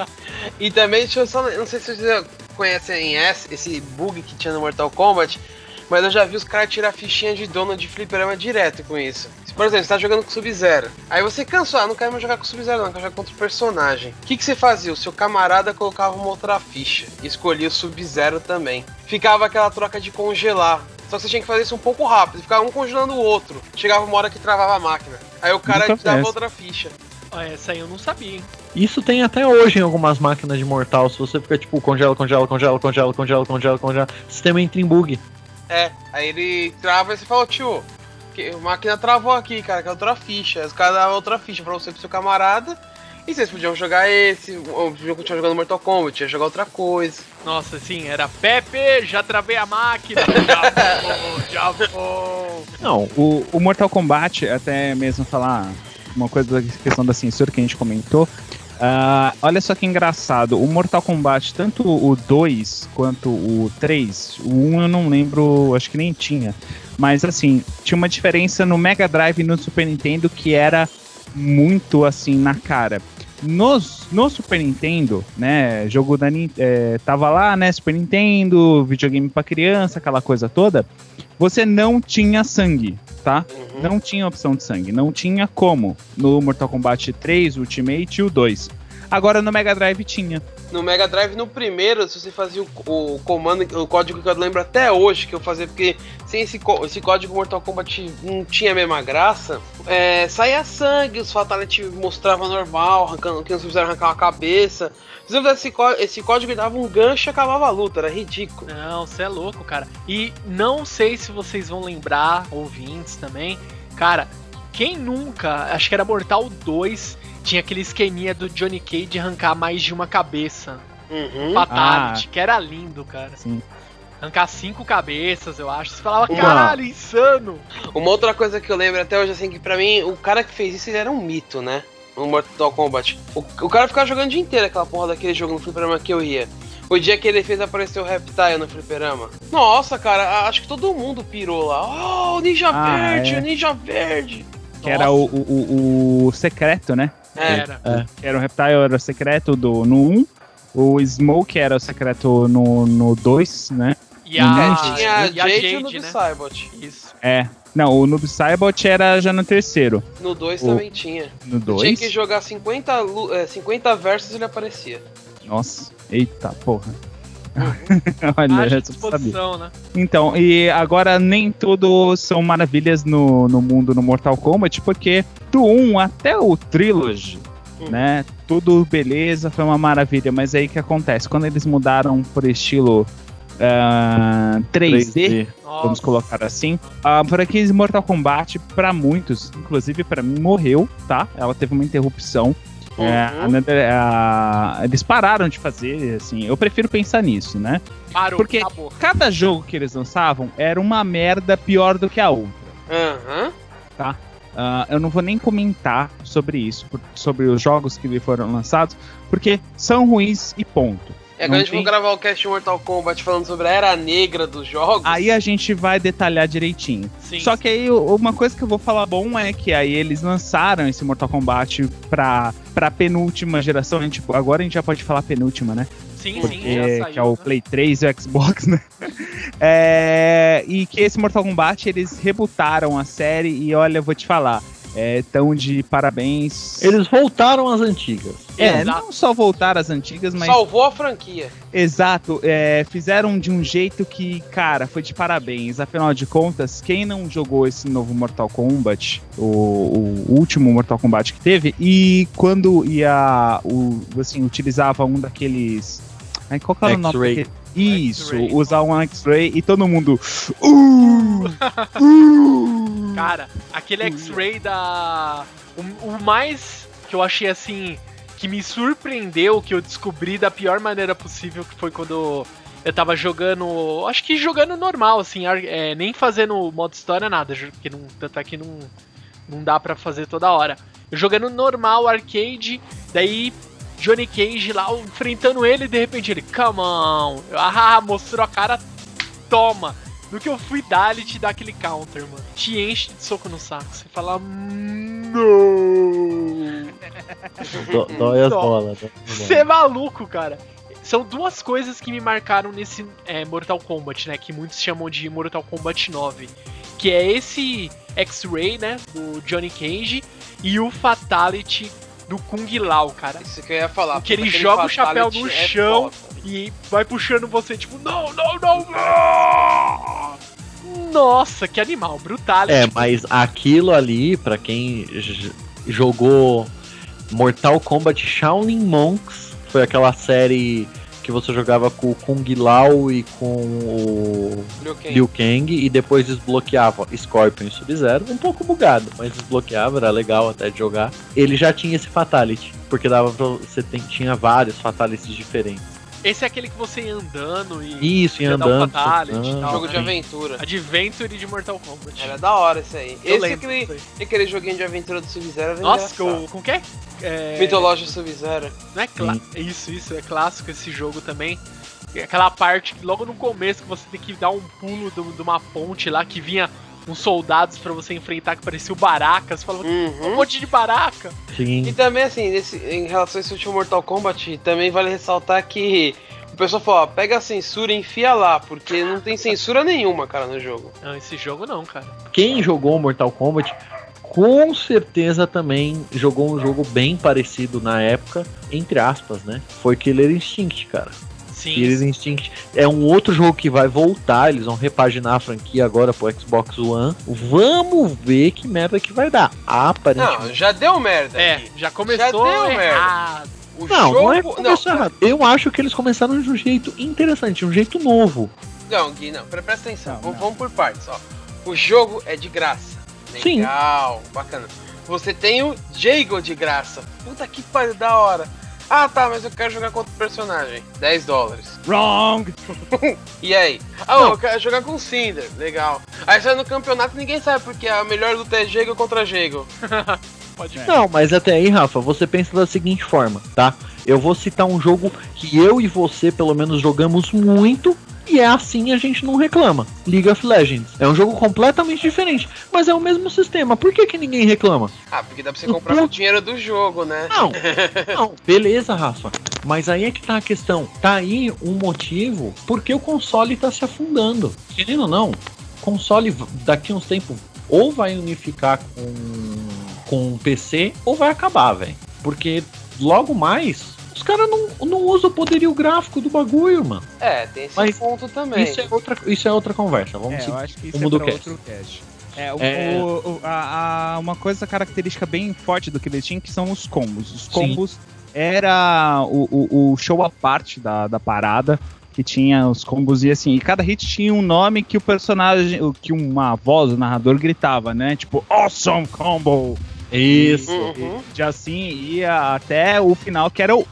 E também, deixa eu só. Não sei se vocês conhecem esse, esse bug que tinha no Mortal Kombat, mas eu já vi os caras tirar fichinha de dono de fliperama direto com isso. Por exemplo, você tá jogando com o Sub-Zero. Aí você cansou, ah, não quero mais jogar com o Sub-Zero, não, quero jogar contra o personagem. O que, que você fazia? O seu camarada colocava uma outra ficha e escolhia o Sub-Zero também. Ficava aquela troca de congelar. Só que você tinha que fazer isso um pouco rápido, ficava um congelando o outro. Chegava uma hora que travava a máquina. Aí o cara Nunca te dava conhece. outra ficha. Ó, essa aí eu não sabia, hein? Isso tem até hoje em algumas máquinas de Mortal. Se você fica tipo congela, congela, congela, congela, congela, congela, congela, o sistema entra em bug. É, aí ele trava e você fala, tio, que a máquina travou aqui, cara, que é outra ficha. Aí os caras davam outra ficha pra você e pro seu camarada. E vocês podiam jogar esse, ou podiam continuar jogando Mortal Kombat, ia jogar outra coisa. Nossa, sim, era Pepe, já travei a máquina, já vou, já vou. Não, o, o Mortal Kombat, até mesmo falar uma coisa da questão da censura que a gente comentou. ah, olha só que engraçado, o Mortal Kombat, tanto o dois quanto o três, o um eu não lembro, acho que nem tinha. Mas assim, tinha uma diferença no Mega Drive e no Super Nintendo que era muito assim na cara. Nos, no Super Nintendo, né, jogo da Nin- é, tava lá, né, Super Nintendo, videogame pra criança, aquela coisa toda, você não tinha sangue, tá? Uhum. Não tinha opção de sangue, não tinha como no Mortal Kombat três, Ultimate e o dois. Agora no Mega Drive tinha. No Mega Drive, no primeiro, se você fazia o, o comando, o código que eu lembro até hoje que eu fazia, porque sem esse, có- esse código Mortal Kombat não tinha a mesma graça, é, saía sangue, os Fatality mostravam normal, arrancando, que não fizeram arrancar uma cabeça. Se você fizesse esse, có- esse código, ele dava um gancho e acabava a luta, era ridículo. Não, você é louco, cara. E não sei se vocês vão lembrar, ouvintes também, cara, quem nunca, acho que era Mortal dois, tinha aquele esqueminha do Johnny Cage arrancar mais de uma cabeça. Uhum. Fatality, que era lindo, cara. Sim. Arrancar cinco cabeças, eu acho. Você falava, Uma. caralho, insano. Uma outra coisa que eu lembro até hoje, assim, que pra mim, o cara que fez isso, ele era um mito, né? No Mortal Kombat. O, o cara ficava jogando o dia inteiro aquela porra daquele jogo no fliperama que eu ia. O dia que ele fez aparecer o Reptile no fliperama. Nossa, cara, a- acho que todo mundo pirou lá. Oh, o Ninja Ah, Verde, é. o Ninja Verde. Que era o, o, o, o secreto, né? É, Era. Que era o Reptile, era o secreto do, no um. O Smoke era o secreto no, no dois, né? E Hum. a, é, Ah, tinha a e a Jade e o Jade, Noob né? Saibot. Isso. É. Não, o Noob Saibot era já no terceiro. No dois O- também tinha. No Tinha dois? que jogar cinquenta, lu- é, cinquenta versos e ele aparecia. Nossa, eita porra. Olha, Haja eu só sabia. disposição, né? Então, e agora nem tudo são maravilhas no, no mundo no Mortal Kombat, porque do um até o Trilogy, Hum. né, tudo beleza, foi uma maravilha, mas aí o que acontece? Quando eles mudaram por estilo ah, três D, Nossa. vamos colocar assim, ah, por aqui Mortal Kombat, pra muitos, inclusive pra mim, morreu, tá? Ela teve uma interrupção. É, Uhum. a Nether- a- eles pararam de fazer, assim, eu prefiro pensar nisso, né? Parou, Porque acabou. cada jogo que eles lançavam era uma merda pior do que a outra. Aham. Ah, eu não vou nem comentar sobre isso, por- sobre os jogos que foram lançados, porque são ruins e ponto. É quando Não a gente tem- for gravar o cast Mortal Kombat falando sobre a era negra dos jogos. Aí a gente vai detalhar direitinho. Sim. Só que aí o- uma coisa que eu vou falar bom é que aí eles lançaram esse Mortal Kombat pra, pra penúltima geração, né? Tipo, agora a gente já pode falar penúltima, né? Sim, porque, sim, já saiu. que é o né? Play três e o Xbox, né? É, e que esse Mortal Kombat, eles rebootaram a série e olha, eu vou te falar, é, tão de parabéns. Eles voltaram às antigas. É, Exato. não só voltaram às antigas, mas... Salvou a franquia. Exato, é, fizeram de um jeito que, cara, foi de parabéns. Afinal de contas, quem não jogou esse novo Mortal Kombat, o, o último Mortal Kombat que teve, e quando ia, o, assim, utilizava um daqueles... Ai, qual que era o nome X-Ray. daquele? Isso, X-Ray. usar um X-Ray e todo mundo... Uh, uh. Cara, aquele X-Ray da... O, o mais que eu achei assim... que me surpreendeu, que eu descobri da pior maneira possível, que foi quando eu tava jogando, acho que jogando normal, assim, é, nem fazendo modo história, nada, porque não, tanto é que não, não dá pra fazer toda hora. Eu jogando normal, arcade, daí Johnny Cage lá, enfrentando ele, e de repente ele, come on, ah, mostrou a cara, toma. No que eu fui dar, ele te dá aquele counter, mano. Te enche de soco no saco. Você fala, não. Dó- Dói as Dó. bolas. dói as Você é bolas. maluco, cara. São duas coisas que me marcaram nesse é, Mortal Kombat, né? Que muitos chamam de Mortal Kombat nove. Que é esse X-Ray, né? Do Johnny Cage. E o Fatality do Kung Lao, cara. Isso que eu ia falar. Porque ele aquele joga o chapéu Fatality no é chão foda. e vai puxando você, tipo, não, não, não, não. Nossa, que animal, brutal. É, mas aquilo ali, pra quem j- jogou Mortal Kombat Shaolin Monks, foi aquela série que você jogava com o Kung Lao e com o Liu Kang. Liu Kang e depois desbloqueava Scorpion e Sub-Zero, um pouco bugado, mas desbloqueava, era legal até de jogar. Ele já tinha esse Fatality, porque dava pra você tem, tinha vários Fatalities diferentes. Esse é aquele que você ia andando e Isso, ia Ia dar um andando. fatality, soltando, tal, Jogo de sim. aventura. Adventure de Mortal Kombat. Era da hora esse aí. Eu esse é lembro aquele, disso aí. aquele joguinho de aventura do Sub-Zero era Nossa, que engraçado. o, como que é? é Mitológico Sub-Zero. Não é cla- Isso, isso, é clássico esse jogo também. É aquela parte que logo no começo que você tem que dar um pulo de de uma ponte lá que vinha uns soldados pra você enfrentar que parecia o Baraka. Você falava, um Uhum. monte de Baraka. E Sim. também, assim, nesse, em relação a esse último Mortal Kombat, também vale ressaltar que o pessoal falou, ó, pega a censura e enfia lá, porque não tem censura nenhuma, cara, no jogo. Não, esse jogo não, cara. Quem jogou Mortal Kombat com certeza também jogou um jogo bem parecido na época, entre aspas, né? Foi Killer Instinct, cara. Sim. Killer Instinct é um outro jogo que vai voltar, eles vão repaginar a franquia agora pro Xbox One. Vamos ver que merda que vai dar. Não, Aparentemente. já deu merda É, aqui. já começou Já deu errado. O Não, jogo... não é começar errado. Eu acho que eles começaram de um jeito interessante, um jeito novo. Não, Gui, não, pre- presta atenção, Não, vamos, não. vamos por partes, ó. O jogo é de graça. Sim. Legal, bacana. Você tem o Jago de graça. Puta que pariu, da hora. Ah, tá, mas eu quero jogar com outro personagem. dez dólares. Wrong! E aí? Ah, Não. eu quero jogar com o Cinder. Legal. Aí sai no campeonato ninguém sabe porque a melhor luta é Jago contra Jago. Pode ver. Não, mas até aí, Rafa, você pensa da seguinte forma, tá? Eu vou citar um jogo que eu e você, pelo menos, jogamos muito, e é assim a gente não reclama. League of Legends. É um jogo completamente diferente, mas é o mesmo sistema. Por que que ninguém reclama? Ah, porque dá pra você O comprar com o ponto- dinheiro do jogo, né? Não, não, beleza, Rafa. Mas aí é que tá a questão. Tá aí um motivo porque o console tá se afundando. Querendo ou não, o console daqui a uns tempos ou vai unificar com, com o P C ou vai acabar, velho. Porque logo mais, os caras não, não usam o poderio gráfico do bagulho, mano. É, tem esse Mas ponto também. Isso é outra, isso é outra conversa. Vamos É, seguir. eu acho que isso Rumo é do pra cast. outro cast. É, o, É. o- o- a, a- uma coisa característica bem forte do Killer Instinct que são os combos. Os Sim. combos era o, o, o show à parte da, da parada, que tinha os combos e assim, e cada hit tinha um nome que o personagem, o- que uma voz, o narrador gritava, né? Tipo, Awesome Combo! Isso. Uhum. E assim ia até o final, que era o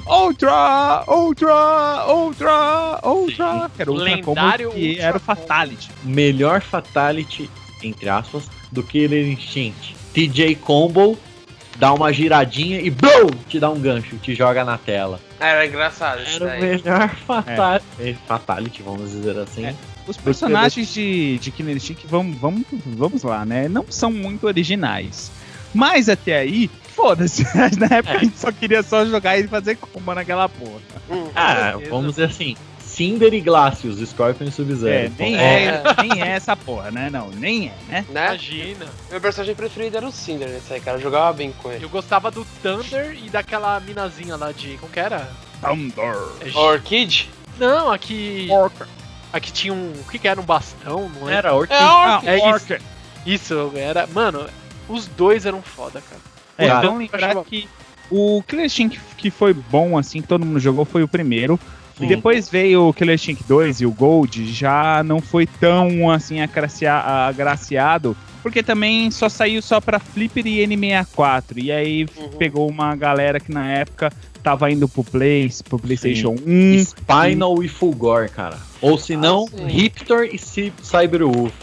Ultra, Ultra, Ultra, Ultra, que era o Ultra Lendário Combo, que Ultra era o Combo. Fatality. Melhor Fatality, entre aspas, do Killer Instinct. T J Combo dá uma giradinha e BOOM! Te dá um gancho, te joga na tela. Era engraçado isso Era o daí. melhor Fatality, é. Fatality, vamos dizer assim. É. Os personagens de, de Killer Instinct, vamos, vamos, vamos lá, né? Não são muito originais. Mas até aí, foda-se. Na época É. a gente só queria só jogar e fazer combo naquela porra. Hum. Ah, certeza. vamos dizer assim, Cinder e Glacius, Scorpion e Sub-Zero. É, nem É. é. nem é essa porra, né? Não, nem é, né? Né? Imagina. Meu personagem preferido era o Cinder nesse aí, cara. Eu jogava bem com ele. Eu gostava do Thunder e daquela minazinha lá de. Como que era? Thunder. É, G- Orchid? Não, aqui. Orca. Aqui tinha um. O que que era? Um bastão? Não lembro. Era Orchid. É Ah, Orchid. É isso. Orca. Isso, era. Mano, os dois eram foda, cara. É, Cara, então lembrar que o Killer Instinct que foi bom, assim, que todo mundo jogou, foi o primeiro. Sim. E depois veio o Killer Instinct dois e o Gold, já não foi tão, assim, agracia- agraciado, porque também só saiu só pra Flipper e N sessenta e quatro. E aí Uhum. pegou uma galera que na época tava indo pro Play, pro PlayStation Sim. um. Spinal e Fulgor, cara. Ou se não, Ah, sim. Riptor e Cy- Cyberwolf.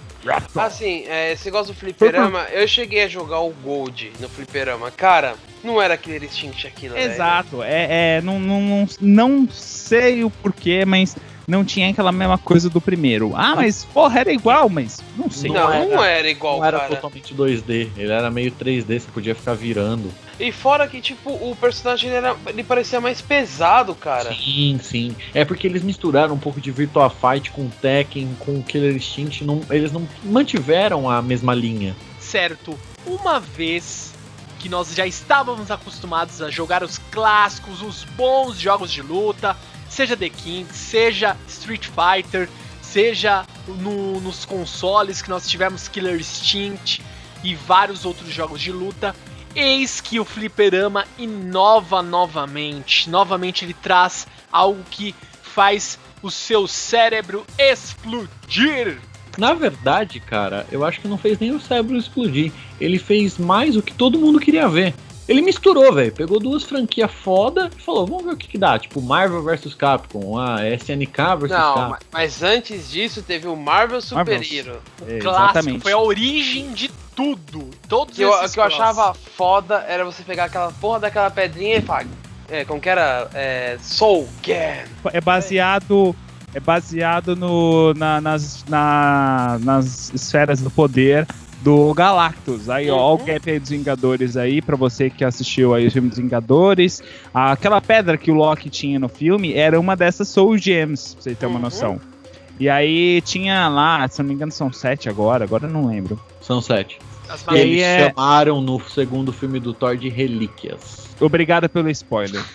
Assim, é, você gosta do fliperama? Eu cheguei a jogar o Gold no fliperama. Cara, não era Killer Instinct aquilo, velho. Exato, é, é não, não, não, não sei o porquê, mas não tinha aquela mesma coisa do primeiro. Ah, mas porra, era igual, mas não sei. Não, Não não era- era, igual, Não era cara. totalmente dois D, ele era meio três D, você podia ficar virando. E fora que, tipo, o personagem ele era, ele parecia mais pesado, cara. Sim, sim. É porque eles misturaram um pouco de Virtua Fight com Tekken, com Killer Instinct, não, eles não mantiveram a mesma linha. Certo, uma vez que nós já estávamos acostumados a jogar os clássicos, os bons jogos de luta, seja The King, seja Street Fighter, seja no- nos consoles que nós tivemos Killer Instinct e vários outros jogos de luta, eis que o fliperama inova novamente. Novamente ele traz algo que faz o seu cérebro explodir. Na verdade, cara, eu acho que não fez nem o cérebro explodir. Ele fez mais o que todo mundo queria ver. Ele misturou, velho. Pegou duas franquias foda e falou, vamos ver o que que dá. Tipo, Marvel versus Capcom, a S N K versus Não, Capcom. ma- mas antes disso teve o Marvel Super Marvel. Hero. É, Clássico, exatamente. foi a origem de tudo. Todos Que eu, esses que eu clássicos. achava foda era você pegar aquela porra daquela pedrinha e falar. É, como que era? É, Soul Gan. É baseado, é baseado no, na- nas, na- nas esferas do poder do Galactus. Aí, ó, ó o gap aí dos Vingadores aí, pra você que assistiu aí o filme dos Vingadores. Aquela pedra que o Loki tinha no filme era uma dessas Soul Gems, pra você ter uma Uhum. noção. E aí tinha lá, se não me engano são sete agora, agora eu não lembro. São sete. As E E aí eles é- chamaram no segundo filme do Thor de Relíquias. Obrigado pelo spoiler.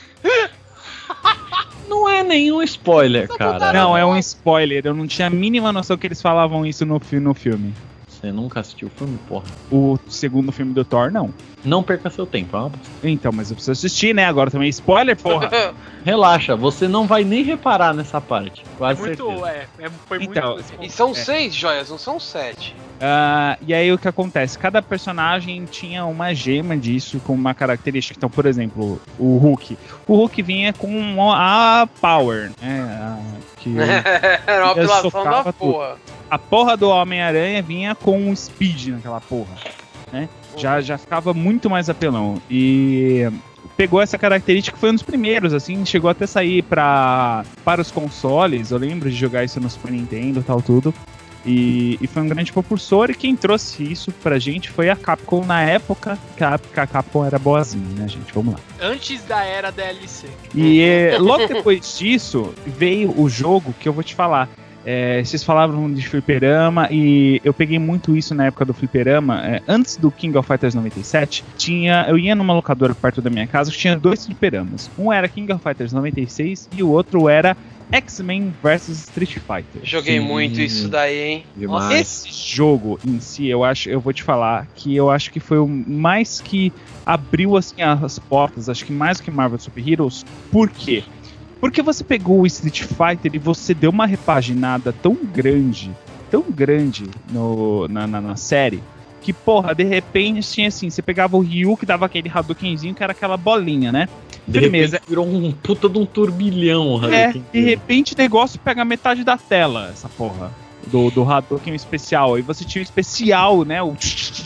Não é nenhum spoiler, cara. Não, é um spoiler, eu não tinha a mínima noção que eles falavam isso no, fi- no filme. Você nunca assistiu o filme, porra? O segundo filme do Thor, não. Não perca seu tempo, é uma bosta. Então, mas eu preciso assistir, né? Agora também spoiler, porra. Relaxa, você não vai nem reparar nessa parte. Quase muito, certeza. é, é, foi Então, muito. E são É. seis joias, não são sete. Ah, e aí o que acontece? Cada personagem tinha uma gema disso com uma característica. Então, por exemplo, o Hulk. O Hulk vinha com a Power, né? A, que Era uma Eu apelação socava da tudo. porra. a porra do Homem-Aranha vinha com o Speed naquela porra, né? Já, já ficava muito mais apelão. E pegou essa característica, foi um dos primeiros, assim, chegou até sair pra, para os consoles. Eu lembro de jogar isso no Super Nintendo e tal, tudo. E, e foi um grande propulsor, e quem trouxe isso pra gente foi a Capcom na época, que a, que a Capcom era boazinha, né, gente? Vamos lá. Antes da era D L C. E é, logo depois disso, veio o jogo que eu vou te falar. É, vocês falavam de fliperama, e eu peguei muito isso na época do fliperama. É, antes do King of Fighters noventa e sete, tinha, eu ia numa locadora perto da minha casa que tinha dois fliperamas. Um era King of Fighters noventa e seis e o outro era X-Men versus Street Fighter. Joguei Sim. muito isso daí, hein? Demais. Esse jogo em si, eu acho, eu vou te falar que eu acho que foi o mais que abriu assim as portas, acho que mais do que Marvel Super Heroes. Por quê? Porque você pegou o Street Fighter e você deu uma repaginada tão grande, tão grande no, na, na, na série, que, porra, de repente tinha assim, você pegava o Ryu que dava aquele Hadoukenzinho que era aquela bolinha, né? De Firmeza. repente virou um puta de um turbilhão. É, Hadouken. de repente o negócio pega metade da tela, essa porra. Do, do Hadouken especial. E você tinha o especial, né? O...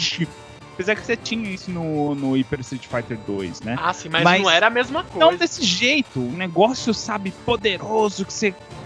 Apesar que você tinha isso no, no Hyper Street Fighter dois, né? Ah, sim, mas, Mas não era a mesma coisa. Não desse jeito. Um negócio, sabe, poderoso, que você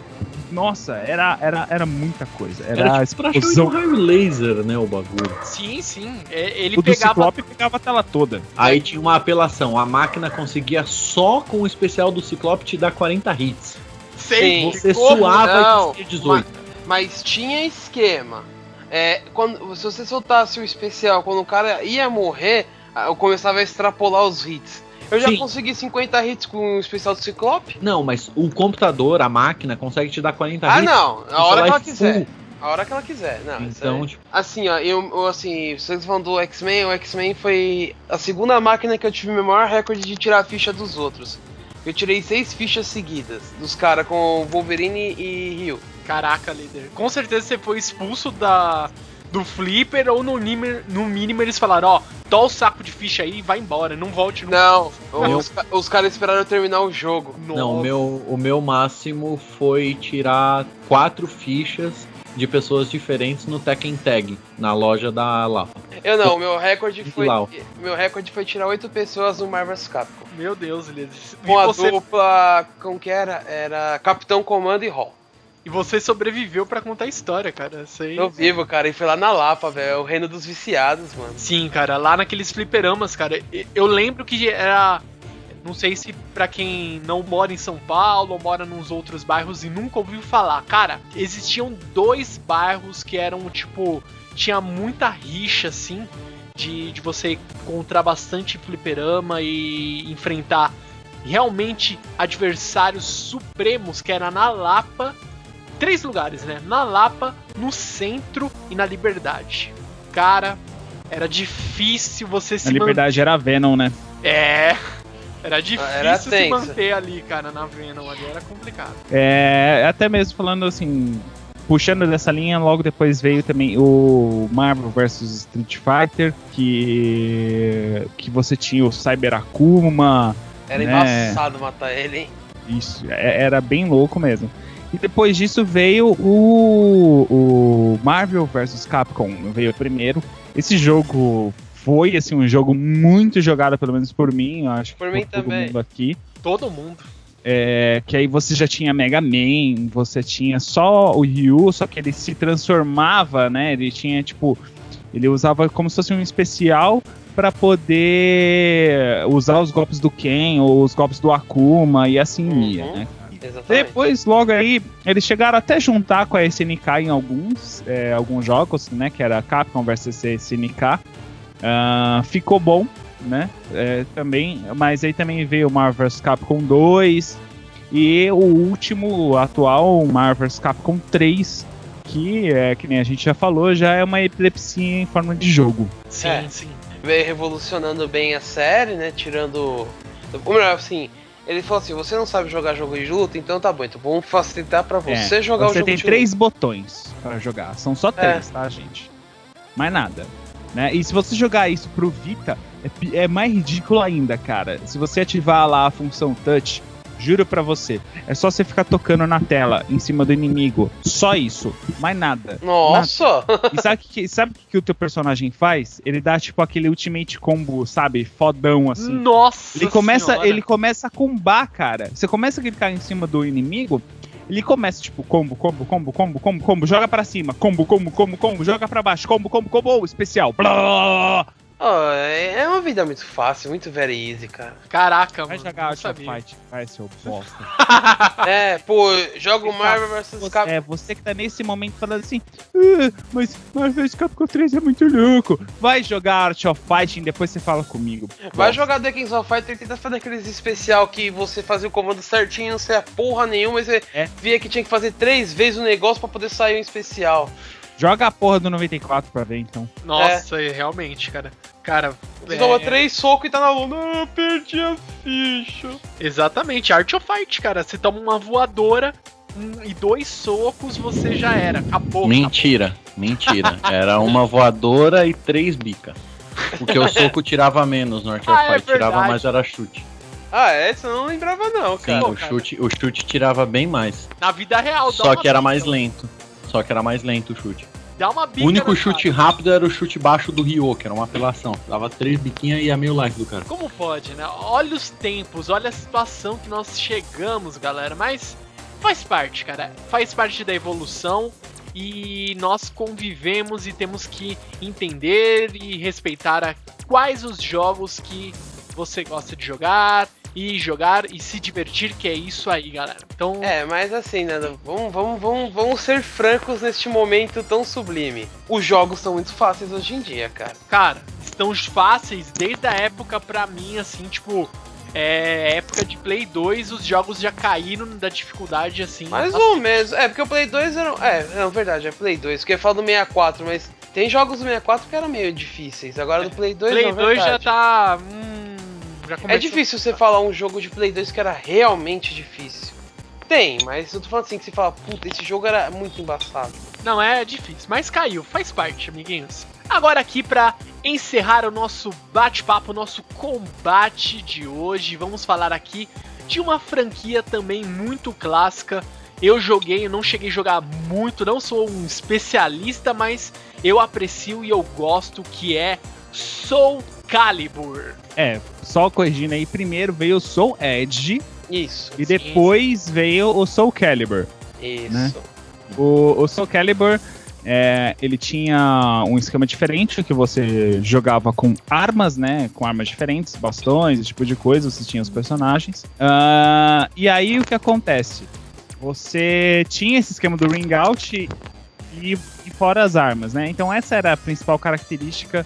Nossa, era, era, era muita coisa. Era, Era a tipo pra show de explosão. raio laser, né, o bagulho. Sim, sim. É, Ele O do pegava. Ciclope pegava a tela toda. Aí tinha uma apelação, a máquina conseguia só com o especial do Ciclope te dar quarenta hits. Sei, Você como suava Não, e tinha dezoito. Mas tinha esquema. É, quando, se você soltasse o especial quando o cara ia morrer, eu começava a extrapolar os hits. Eu já Sim. consegui cinquenta hits com o especial do Ciclope. Não, mas o computador, a máquina, consegue te dar quarenta Ah, hits. não. Você A hora vai que ela full. quiser. A hora que ela quiser. Não, isso Então, aí- tipo, Assim, ó, eu, eu assim, vocês falando do X-Men, o X-Men foi a segunda máquina que eu tive o meu maior recorde de tirar a ficha dos outros. Eu tirei seis fichas seguidas, dos caras com Wolverine e Rio. Caraca, líder. Com certeza você foi expulso da, do Flipper ou no, nimer, no mínimo eles falaram, ó, dá o saco de ficha aí e vai embora, não volte nunca. Não, Meu- os, ca- os caras esperaram eu terminar o jogo. não, o meu, o meu máximo foi tirar quatro fichas de pessoas diferentes no Tekken Tag, na loja da Lapa. Eu não, o meu recorde foi. Lau. Meu recorde foi tirar oito pessoas no Marvel vs Capcom. Meu Deus, líder. E Com a você, dupla. Como que era? Era Capitão Comando e Hall. e você sobreviveu pra contar a história, cara. Sei. Eu vivo, cara, e foi lá na Lapa, velho. É o reino dos viciados, mano. Sim, cara, lá naqueles fliperamas, cara, e- eu lembro que era. Não sei se pra quem não mora em São Paulo ou mora nos outros bairros e nunca ouviu falar. Cara, existiam dois bairros que eram, tipo, tinha muita rixa, assim, de, de você encontrar bastante fliperama e enfrentar realmente adversários supremos, que era na Lapa. Três lugares, né? Na Lapa, no Centro e na Liberdade. Cara, era difícil você se Na Liberdade era a Venom, né? manter. É. Era difícil Era se tenso. manter ali, cara, na Venom. Ali era complicado. É, até mesmo falando assim, puxando dessa linha, logo depois veio também o Marvel versus Street Fighter, que, que você tinha o Cyber Akuma. Era Né? embaçado matar ele, hein? Isso, é- era bem louco mesmo. E depois disso veio o, o Marvel versus Capcom, veio primeiro. Esse jogo foi assim um jogo muito jogado, pelo menos por mim, eu acho que Por por mim todo também. mundo aqui. Todo mundo. É, que aí você já tinha Mega Man, você tinha só o Ryu, só que ele se transformava, né? Ele tinha tipo, ele usava como se fosse um especial pra poder usar os golpes do Ken ou os golpes do Akuma e assim Uhum. ia, né? Exatamente. Depois, logo aí, eles chegaram até juntar com a S N K em alguns, é, alguns jogos, né? Que era Capcom versus S N K. Ah, ficou bom, né? É, também, mas aí também veio o Marvel versus Capcom dois e o último atual, o Marvel versus Capcom três, que é que nem a gente já falou, já é uma epilepsia em forma de jogo. Sim, É. sim. Veio revolucionando bem a série, né? Tirando. Ou melhor, assim, ele falou assim: você não sabe jogar jogo de luta, então tá bom, então vamos facilitar pra você É, jogar o você jogo tem de três botões para jogar, são só três, tá, gente? Mais nada. Né? E se você jogar isso pro Vita, é, pi- é mais ridículo ainda, cara. Se você ativar lá a função touch, juro pra você, é só você ficar tocando na tela, em cima do inimigo. Só isso, mais nada. Nossa! E sabe o que, sabe o que o teu personagem faz? Ele dá tipo aquele ultimate combo, sabe? Fodão assim. Nossa Ele começa, senhora. ele começa a combar, cara. Você começa a clicar em cima do inimigo, ele começa tipo combo, combo, combo, combo, combo, combo, joga pra cima, combo, combo, combo, combo, joga pra baixo, combo, combo, combo, oh, especial. Blá! Oh, é é uma vida muito fácil, muito very easy, cara. Caraca, Vai mano. jogar não Art of sabia. Fight, vai, seu bosta. É, pô, joga o Marvel versus Capcom. É, você que tá nesse momento falando assim, ah, mas Marvel versus Capcom três é muito louco. Vai jogar Art of Fighting, depois você fala comigo. Vai Bosta. jogar The Kings of Fighter e tenta fazer aqueles especial que você fazia o comando certinho, não sei a porra nenhuma, mas você É. via que tinha que fazer três vezes o negócio pra poder sair um especial. Joga a porra do noventa e quatro pra ver, então. Nossa, é, realmente, cara. Cara, Você é, toma três socos e tá na luna. Ah, eu perdi a ficha. exatamente, Art of Fight, cara. Você toma uma voadora um, e dois socos, você já era. Acabou. Mentira, mentira. Era uma voadora e três bica. Porque o soco tirava menos no Art of Ah, é Fight, tirava verdade. mais era chute. Ah, essa eu não lembrava não, Sim, cara. o cara. chute, o chute tirava bem mais. Na vida real, dá Só uma que era bica, mais mano. lento. Só que era mais lento o chute. Dá uma bica O único na chute cara. rápido era o chute baixo do Ryo, que era uma apelação. Dava três biquinhas e ia meio life do cara. Como pode, né? Olha os tempos, olha a situação que nós chegamos, galera. Mas faz parte, cara. Faz parte da evolução e nós convivemos e temos que entender e respeitar a, quais os jogos que você gosta de jogar e jogar e se divertir, que é isso aí, galera. Então, É, mas assim, né? Vamos, vamos, vamos, vamos ser francos neste momento tão sublime. Os jogos são muito fáceis hoje em dia, cara. cara, estão fáceis desde a época pra mim, assim, tipo, é, época de Play dois, os jogos já caíram da dificuldade, assim. Mais ou menos. É, porque o Play dois era. É, não, verdade, é Play dois. Porque eu falo do sessenta e quatro, mas tem jogos do sessenta e quatro que eram meio difíceis. Agora do Play dois Play não, dois já verdade. tá. Hum, já É começou- difícil você falar um jogo de Play dois que era realmente difícil. Tem, mas eu tô falando assim que você fala, puta, esse jogo era muito embaçado. Não, é difícil, mas caiu, faz parte, amiguinhos. Agora aqui pra encerrar o nosso bate-papo, o nosso combate de hoje, vamos falar aqui de uma franquia também muito clássica. Eu joguei, eu não cheguei a jogar muito, não sou um especialista, mas eu aprecio e eu gosto, que é Soul Calibur. É, só corrigindo aí, primeiro veio o Soul Edge Isso. e depois veio o Soul Calibur. Isso. né? O, o Soul Calibur, é, ele tinha um esquema diferente, que você jogava com armas, né? Com armas diferentes, bastões, esse tipo de coisa, você tinha os personagens. Ah, e aí o que acontece? Você tinha esse esquema do ring out e, e fora as armas, né? Então essa era a principal característica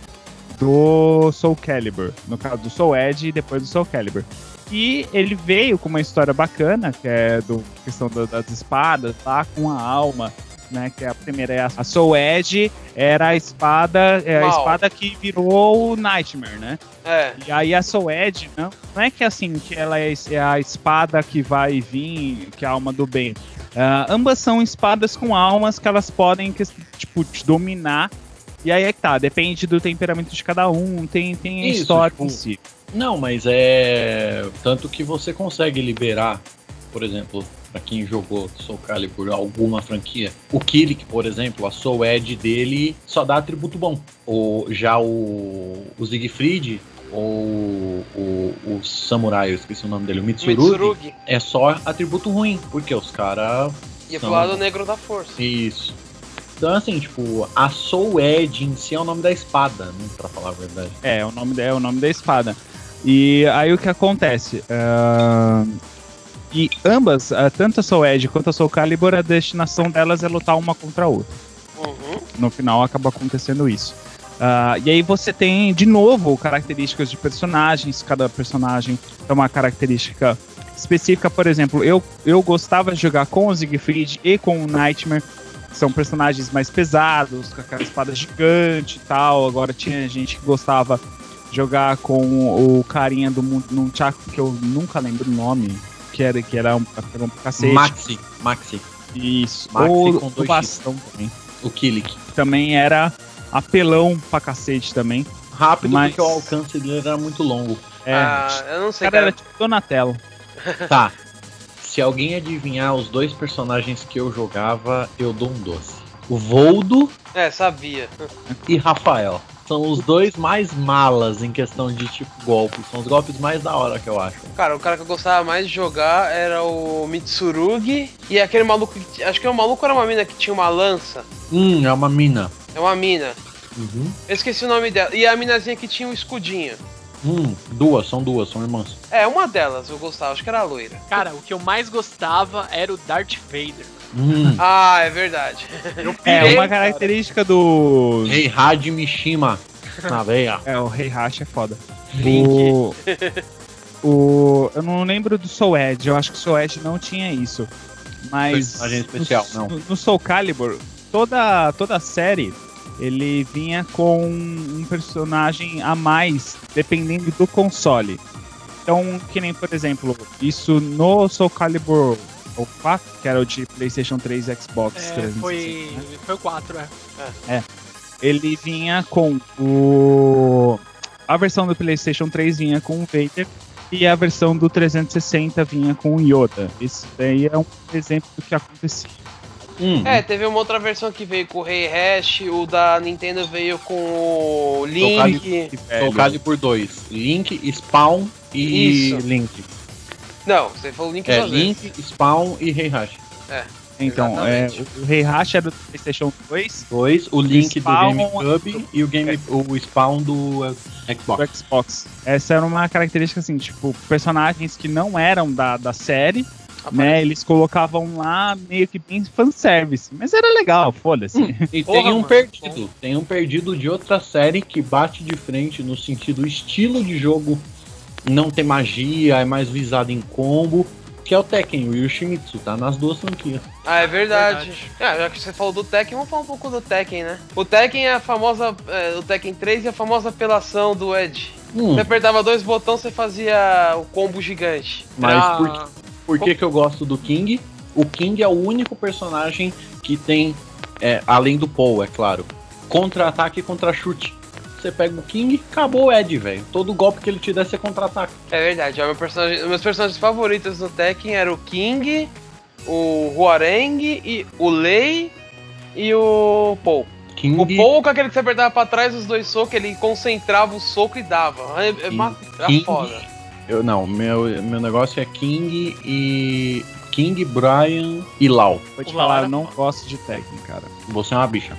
do Soul Calibur, no caso do Soul Edge e depois do Soul Calibur. E ele veio com uma história bacana, que é do questão da- das espadas, tá? Com a alma, né? Que é a primeira é a, a Soul Edge, era a espada, é a Mal. espada que virou o Nightmare, né? É. E aí a Soul Edge, não, não é que assim, que ela é, é a espada que vai vir, que é a alma do bem. Ah, ambas são espadas com almas que elas podem, que- tipo, te dominar. E aí é que tá, depende do temperamento de cada um, tem, tem a Isso, história tipo, em si. Não, mas é. Tanto que você consegue liberar, por exemplo, pra quem jogou Soul Calibur alguma franquia, o Kilik, por exemplo, a Soul Edge dele só dá atributo bom. Ou já o, o Siegfried, ou o, o Samurai, eu esqueci o nome dele, o Mitsurugi, Mitsurugi. é só atributo ruim, porque os caras. Ia são- pro lado negro da força. Isso. Então, assim, tipo, a Soul Edge em si é o nome da espada, né? Pra falar a verdade. É, o nome, da- é o nome da espada. E aí o que acontece? Ah, e ambas, ah, tanto a Soul Edge quanto a Soul Calibur, a destinação delas é lutar uma contra a outra. Uhum. No final acaba acontecendo isso. Ah, e aí você tem, de novo, características de personagens. Cada personagem tem uma característica específica. Por exemplo, eu, eu gostava de jogar com o Siegfried e com o Nightmare. São personagens mais pesados, com aquela espada gigante e tal. Agora tinha gente que gostava de jogar com o carinha do Mun- Nunchaku, que eu nunca lembro o nome. Que era, que era um, era um cacete. Maxi, Maxi, Isso. Maxi Ou com o dois bastão também. o Kilik. Também era apelão pra cacete também. Rápido Mas- porque o alcance dele era muito longo. É, Ah, eu não o sei, cara era cara. tipo Donatello. Tá. Se alguém adivinhar os dois personagens que eu jogava, eu dou um doce. O Voldo É, sabia. e Rafael. São os dois mais malas em questão de tipo golpe. São os golpes mais da hora que eu acho. Cara, o cara que eu gostava mais de jogar era o Mitsurugi. E aquele maluco que. Acho que o maluco era uma mina que tinha uma lança. Hum, é uma mina. É uma mina. Uhum. Eu esqueci o nome dela. E a minazinha que tinha um escudinho. Hum, duas, são duas, são irmãs. É, uma delas eu gostava, acho que era a loira. Cara, o que eu mais gostava era o Darth Vader. Hum. Ah, é verdade. Eu É, pirei, uma cara. característica do. Rei Had Mishima. Na veia. É, o Rei Hash é foda. Link. O... o... Eu não lembro do Soul Edge, eu acho que o Soul Edge não tinha isso. Mas. Personagem especial, no, não. No Soul Calibur, toda, toda a série, ele vinha com um personagem a mais, dependendo do console. Então, que nem, por exemplo, isso no Soul Calibur o quatro, que era o de PlayStation três e Xbox É, trezentos e foi, sessenta, né? foi o quatro, é. Ele vinha com o... A versão do PlayStation três vinha com o Vader e a versão do trezentos e sessenta vinha com o Yoda. Isso daí é um exemplo do que acontecia. Hum. É, teve uma outra versão que veio com o Rei Hash, o da Nintendo veio com o Link. Que Soul velho. Calibur por dois. Link, Spawn e Isso. Link. Não, você falou Link É duas Link, vezes. Spawn e Heihachi. É. Então, é, Exatamente. o, o Heihachi era do PlayStation dois, Dois, o Link Spawn- do GameCube e o, game, o Spawn do uh, Xbox. do Xbox. Essa era uma característica assim, tipo, personagens que não eram da, da série, né? Eles colocavam lá meio que bem fanservice. Mas era legal, foda-se. Hum, e Porra, tem um mano, perdido. Tem um perdido de outra série que bate de frente no sentido estilo de jogo, não ter magia, é mais visado em combo, que é o Tekken, o Yoshimitsu, tá nas duas franquias. Ah, é verdade. É, já que você falou do Tekken, vamos falar um pouco do Tekken, né? O Tekken é a famosa. É, o Tekken três é a famosa apelação do Ed. Hum, Você apertava dois botões, você fazia o combo gigante. mas Ah, por, por que que eu gosto do King? O King é o único personagem que tem, é, além do Paul, é claro, contra-ataque e contra-chute. Você pega o King, acabou o Ed, velho. Todo golpe que ele te der, você contra-ataca. É verdade, é o meu personagem, meus personagens favoritos no Tekken eram o King, o Huareng, e o Lei e o Paul. King, O Paul, com aquele que você apertava pra trás os dois socos, ele concentrava o soco e dava. É, é, King- era King- foda. Eu não, meu, meu negócio é King e. King, Brian e Lau. Vou te O falar, Laura- eu não gosto de Tekken, cara. Você é uma bicha.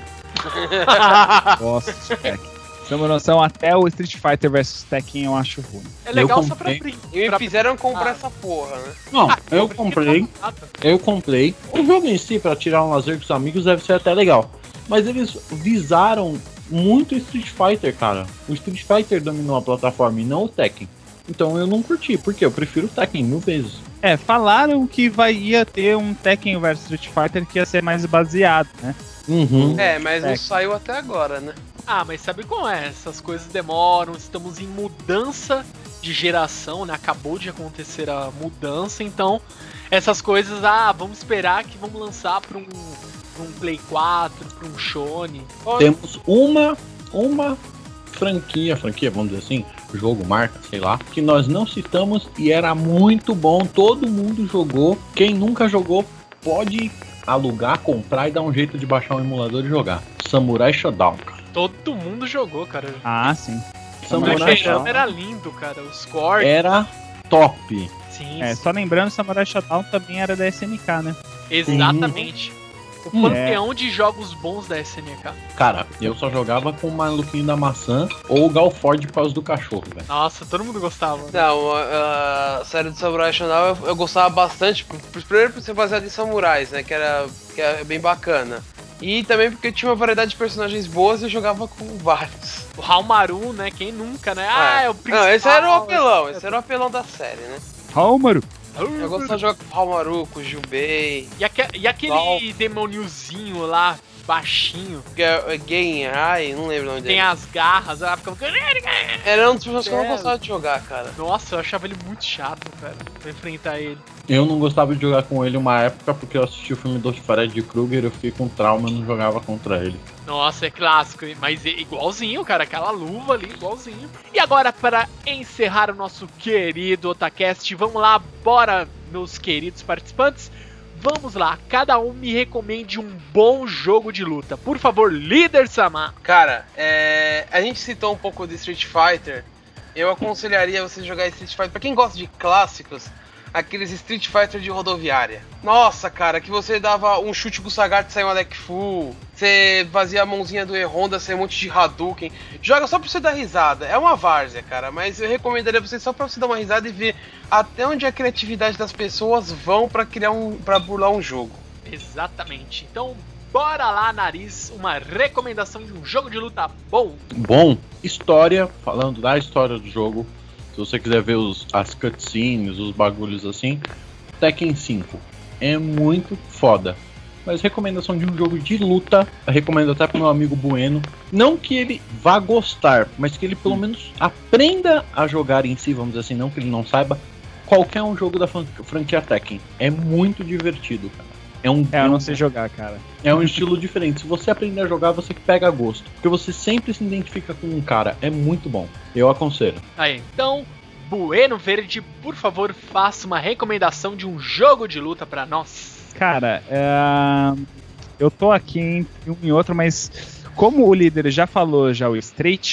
Gosto de Tekken. Pra uma noção, até o Street Fighter versus Tekken eu acho ruim. É legal eu só pra comprei. brin- E me pra fizeram comprar Ah. essa porra, né? Não, eu brincar. comprei. Eu comprei. O jogo em si, pra tirar um lazer com os amigos, deve ser até legal. Mas eles visaram muito Street Fighter, cara. O Street Fighter dominou a plataforma e não o Tekken. Então eu não curti, porque eu prefiro o Tekken mil vezes. É, falaram que vai, ia ter um Tekken versus Street Fighter que ia ser mais baseado, né? Uhum. É, mas não Tekken. saiu até agora, né? Ah, mas sabe como é? Essas coisas demoram, estamos em mudança de geração, né? Acabou de acontecer a mudança, então essas coisas, ah, vamos esperar que vamos lançar para um, pra um Play quatro, para um Sony. Temos uma, uma franquia, franquia, vamos dizer assim, jogo, marca, sei lá, que nós não citamos e era muito bom, todo mundo jogou. Quem nunca jogou pode alugar, comprar e dar um jeito de baixar um emulador e jogar. Samurai Shodown. Todo mundo jogou, cara. Ah, sim. O Samurai Samurai fliperama Shodown era lindo, cara. Os cortes. era top. Sim, É, sim. só lembrando, Samurai Shodown também era da S N K, né? Exatamente. O Hum. panteão de jogos bons da S N K. Cara, eu só jogava com o maluquinho da maçã ou o Galford por causa do cachorro, velho. Nossa, todo mundo gostava. né? Não, a, a série do Samurai Shodown eu, eu gostava bastante, por- por- primeiro por ser baseado em samurais, né, que era, que era bem bacana. E também porque tinha uma variedade de personagens boas e eu jogava com vários. O Halmaru, né? Quem nunca, né? Ah, é o principal. Não, esse era o apelão, esse era o apelão da série, né? Halmaru. Eu gostava de jogar com o Halmaru, com o Jubei, E, aque- e aquele Val. demôniozinho lá, baixinho, que é Gen Ai, não lembro o nome tem dele. as garras, ela ficava. Era um dos personagens que eu não É. gostava de jogar, cara. Nossa, eu achava ele muito chato, cara, pra enfrentar ele. Eu não gostava de jogar com ele uma época porque eu assisti o filme do Fred Krueger, eu fiquei com trauma e não jogava contra ele. Nossa, é clássico, mas é igualzinho, cara, aquela luva ali, igualzinho. E agora, para encerrar o nosso querido Otacast, vamos lá, bora, meus queridos participantes. Vamos lá, cada um me recomende um bom jogo de luta. Por favor, líder Samar. Cara, é, a gente citou um pouco de Street Fighter. Eu aconselharia você jogar Street Fighter. Pra quem gosta de clássicos, aqueles Street Fighter de rodoviária. Nossa, cara, que você dava um chute com o Sagat e saia uma deck full. Você fazia a mãozinha do E-Honda, saia um monte de Hadouken. Joga só pra você dar risada. É uma várzea, cara, mas eu recomendaria você só pra você dar uma risada e ver até onde a criatividade das pessoas vão pra criar um, para burlar um jogo. Exatamente. Então, bora lá, Nariz, uma recomendação de um jogo de luta bom. Bom, história, falando da história do jogo, se você quiser ver os, as cutscenes, os bagulhos assim, Tekken cinco é muito foda. Mas recomendação de um jogo de luta, eu recomendo até pro meu amigo Bueno. Não que ele vá gostar, mas que ele pelo menos aprenda a jogar em si, vamos dizer assim, não que ele não saiba. Qualquer um jogo da fran- franquia Tekken é muito divertido, cara. É um, É, eu um- não sei jogar, cara. é um estilo diferente. Se você aprender a jogar, você que pega gosto. Porque você sempre se identifica com um cara. É muito bom. Eu aconselho. Aí, então, Bueno Verde, por favor, faça uma recomendação de um jogo de luta pra nós. Cara, é, eu tô aqui entre um e outro, mas como o líder já falou já o Street,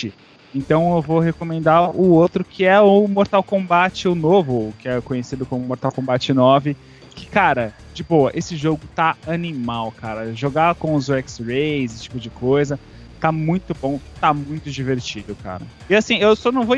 Então eu vou recomendar o outro, que é o Mortal Kombat, o novo, que é conhecido como Mortal Kombat nove. Que, cara, de boa, esse jogo tá animal, cara. Jogar com os X-Rays, esse tipo de coisa, tá muito bom, tá muito divertido, cara. E assim, eu só não vou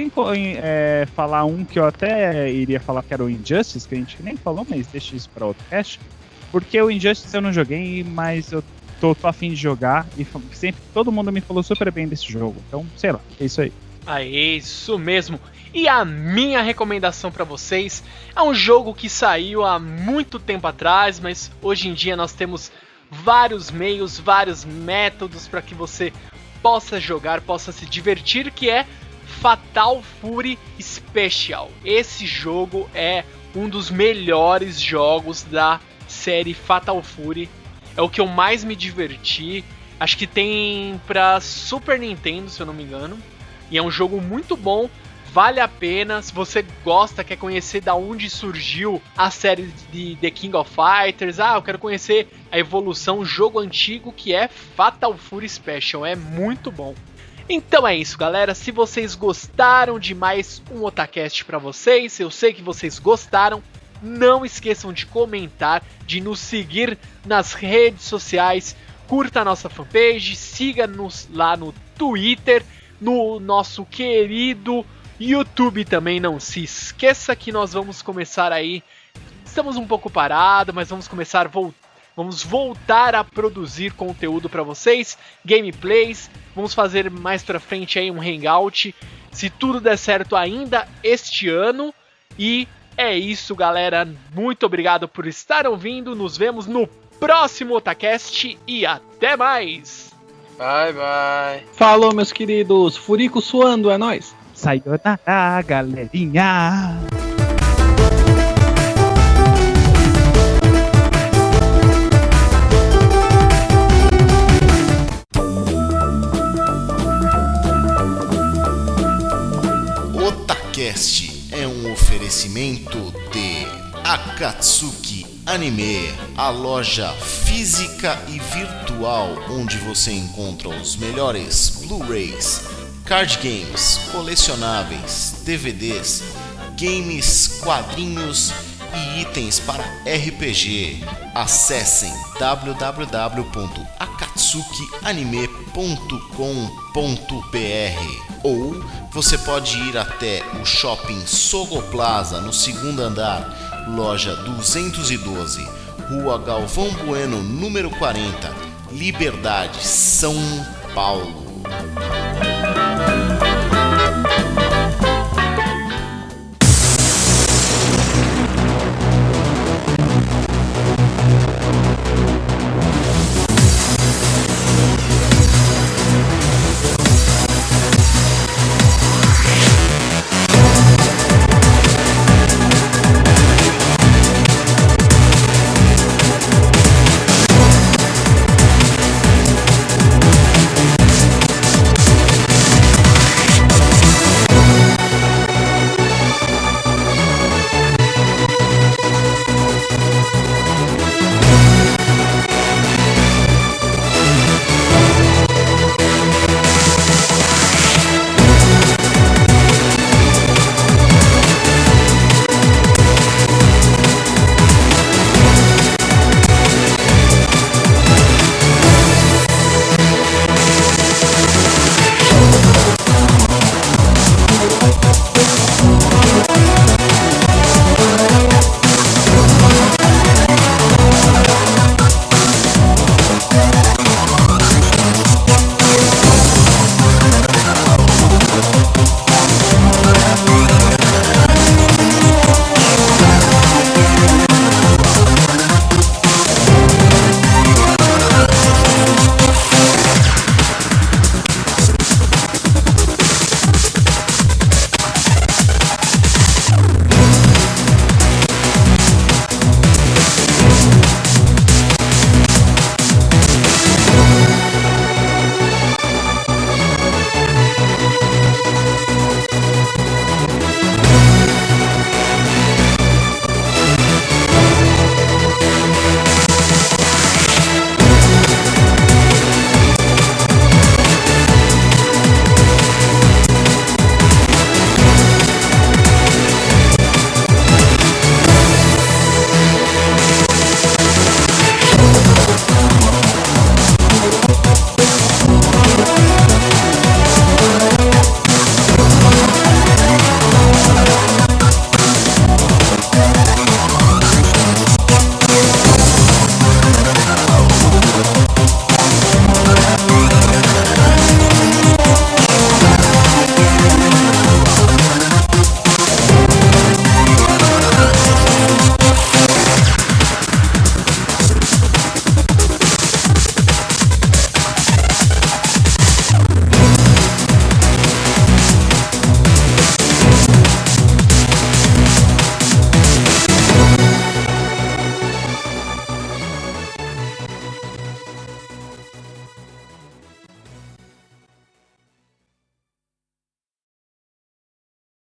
é, falar um que eu até iria falar que era o Injustice, que a gente nem falou, mas deixa isso pra outro cast. Porque o Injustice eu não joguei, mas eu tô, tô a fim de jogar e sempre todo mundo me falou super bem desse jogo. Então, sei lá, é isso aí. Ah, é isso mesmo. E a minha recomendação pra vocês é um jogo que saiu há muito tempo atrás, mas hoje em dia nós temos vários meios, vários métodos para que você possa jogar, possa se divertir, que é Fatal Fury Special. Esse jogo é um dos melhores jogos da série Fatal Fury. É o que eu mais me diverti. Acho que tem pra Super Nintendo, se eu não me engano. E é um jogo muito bom, vale a pena. Se você gosta, quer conhecer da onde surgiu a série de The King of Fighters, ah, eu quero conhecer a evolução, jogo antigo que é Fatal Fury Special, é muito bom. Então é isso, galera. Se vocês gostaram de mais um Otacast pra vocês, eu sei que vocês gostaram, não esqueçam de comentar, de nos seguir nas redes sociais, curta a nossa fanpage, siga-nos lá no Twitter, no nosso querido YouTube também. Não se esqueça que nós vamos começar aí, estamos um pouco parados, mas vamos começar, vo- vamos voltar a produzir conteúdo para vocês, gameplays, vamos fazer mais pra frente aí um hangout, se tudo der certo ainda este ano. E é isso, galera, muito obrigado por estar ouvindo, nos vemos no próximo Otacast e até mais! Bye, bye. Falou, meus queridos. Furico suando, é nóis. Sayonara, galerinha! Otacast é um oferecimento de Akatsuki Anime, a loja física e virtual onde você encontra os melhores Blu-rays, card games, colecionáveis, D V Ds, games, quadrinhos e itens para R P G. Acessem w w w ponto akatsuki anime ponto com ponto b r ou você pode ir até o Shopping Sogo Plaza no segundo andar, loja duzentos e doze, Rua Galvão Bueno, número quarenta, Liberdade, São Paulo.